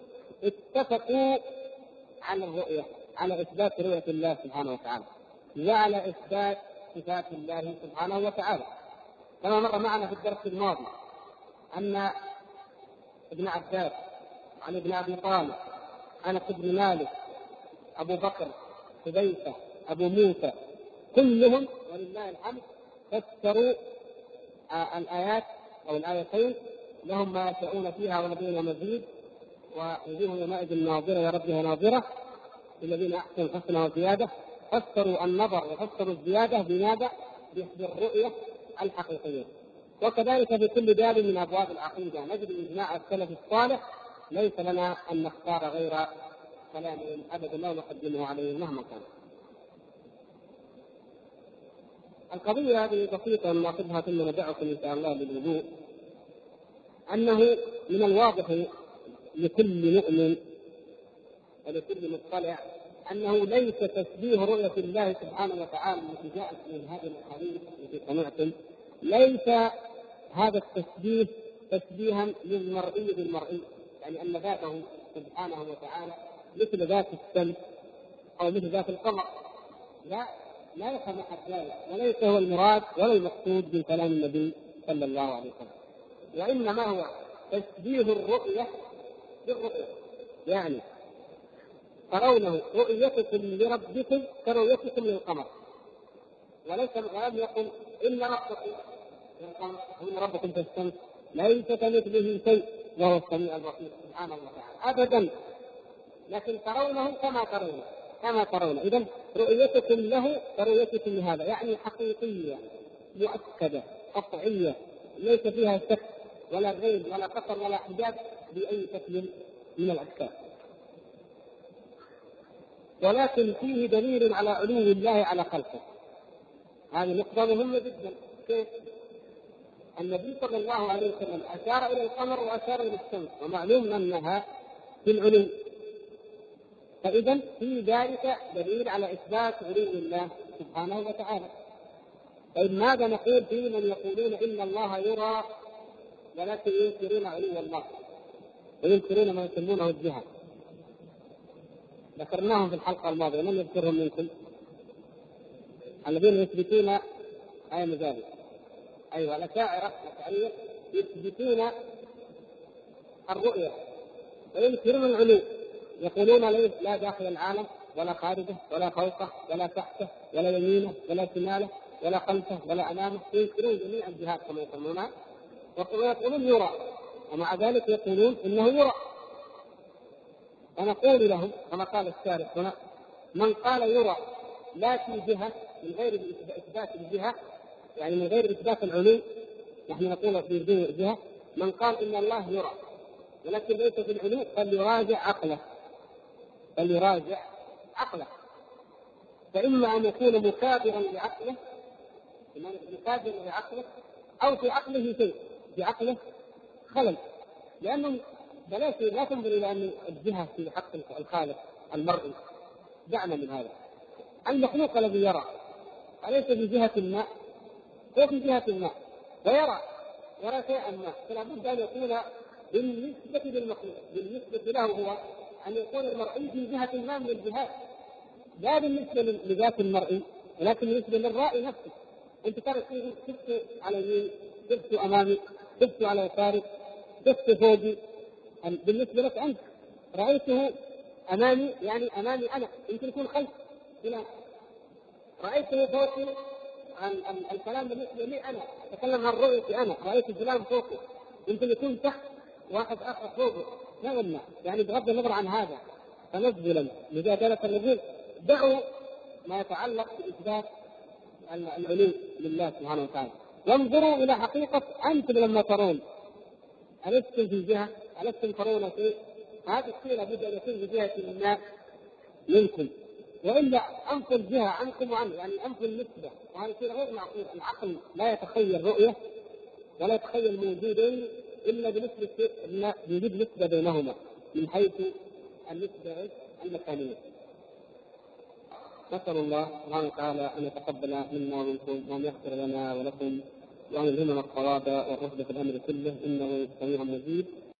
اتفقوا على الرؤية، على إثبات رؤية الله سبحانه وتعالى وعلى إثبات صفات الله سبحانه وتعالى. كما مر معنا في الدرس الماضي أن ابن عباس، علي بن أبي طالب، أنس بن مالك، أبو بكر، حذيفة، أبو موسى، كلهم ولله الحمد فسروا الآيات أو الآيتين لهم ما يشاءون فيها ولدينا مزيد ووجوه يومئذ ناظرة يا ربها ناظرة الذين أحسنوا الحسنى وزيادة. فسروا النظر وفسروا الزيادة بماذا؟ بالرؤية الحقيقية. وكذلك في كل باب من أبواب العقيدة نجد إجماع السلف الصالح، ليس لنا أن نختار غير كلامهم أبدا لا نقدمه عليه مهما كان. القضية هذه بسيطة ناخذها ثم ندعكم إن شاء الله للوضوء. أنه من الواضح لكل مؤمن ولكل مطلع أنه ليس تشبيه رؤية الله سبحانه وتعالى التي جاءت من هذه الأحاديث التي سمعتم، ليس هذا التشبيه تشبيها للمرئي بالمرئي، يعني أن ذاته سبحانه وتعالى مثل ذات الشمس أو مثل ذات القمر، لا لا يفهم أحد ذلك، وليس هو المراد ولا المقصود من كلام النبي صلى الله عليه وسلم، وإنما هو تشبيه الرؤية بالرؤية. يعني ترونه رؤيتكم لربكم كرؤيتكم للقمر، وليس ولم يقل إن ربكم للقمر وإن ربكم في الشمس ليس كمثله شيء وهو السميع البصير سبحانه وتعالى أبدا، لكن ترونه كما ترونه كما ترون. إذن رؤيتكم له كرؤيتكم لهذا، يعني حقيقية مؤكدة قطعية ليس فيها شك ولا غيب ولا قصر ولا حجاب بأي شكل من الأشكال. ولكن فيه دليل على علو الله على خلقه. هذه نقطة مهمة جدا. كيف؟ النبي صلى الله عليه وسلم أشار إلى القمر وأشار إلى الشمس، ومعلوم أنها في العلو، فإذا في ذلك دليل على إثبات علو الله سبحانه وتعالى. طيب ماذا نقول في من يقولون إن الله يرى ولكن ينكرون علو الله وينكرون ما يسمونه الجهة؟ ذكرناهم في الحلقة الماضية، من يذكرهم منكم؟ الذين يثبتون أي مذاهب، أيوة الأشاعرة الأشعرية يثبتون الرؤية وينكرون العلو، يقولون لا داخل العالم ولا خارجه ولا فوقه ولا تحته ولا يمينه ولا شماله ولا خلفه ولا أمامه، ينكرون جميع الجهات كما يسمونها، ويقولون يرى، ومع ذلك يقولون إنه يرى. ونقول لهم كما قال الشارح هنا: من قال يرى لا في جهة من غير إثبات الجهة، يعني من غير إثبات العلو، نحن نقول في جهة، من قال إن الله يرى ولكن ليس في العلو فليراجع عقله فليراجع عقله فإما أن يكون مكابرا لعقله مكابرا لعقله أو في عقله شيء، في عقله خلل، لأنه بلاش لا تنظر إلى أن الجهة في حق الخالق المرئي، دعنا من هذا. المخلوق الذي يرى أليس في جهة ما؟ هو في جهة ما ويرى يرى شيئا ما، فلا بد أن يكون بالنسبة للمخلوق، بالنسبة له هو أن يكون المرئي في جهة ما من الجهات، لا بالنسبة لذات المرئي ولكن بالنسبة للرائي نفسه. أنت ترى شفت على يمين، شفت أمامي، شفت على يساري، شفت فوقي، بالنسبة لك أنت رأيته أمامي، يعني أمامي أنا، يمكن يكون خلف فلان. رأيته فوقي، الكلام بالنسبة لي أنا، أتكلم عن رؤيتي أنا، رأيت فلان فوقي، يمكن يكون تحت واحد آخر فوقه، لا ولا يعني بغض النظر عن هذا. فنزلا مجادلة النزول دعوا ما يتعلق بإثبات العلو لله سبحانه وتعالى، وانظروا إلى حقيقة أنتم لما ترون ألستم في جهة، ألستم ترون شيء، هذا الشيء لابد أن يكون في جهة ما منكم، وإلا أنفوا الجهة عنكم وعنه، يعني أنفوا النسبة، وهذا شيء غير معقول. العقل لا يتخيل رؤية ولا يتخيل موجودين إلا بنسبة إلا بوجود نسبة بينهما من حيث النسبة المكانية. نسأل الله سبحانه وتعالى أن يتقبل منا ومنكم وأن يغفر لنا ولكم وأن يلهمنا الصواب والرشد في الأمر كله، إنه سميع مجيب.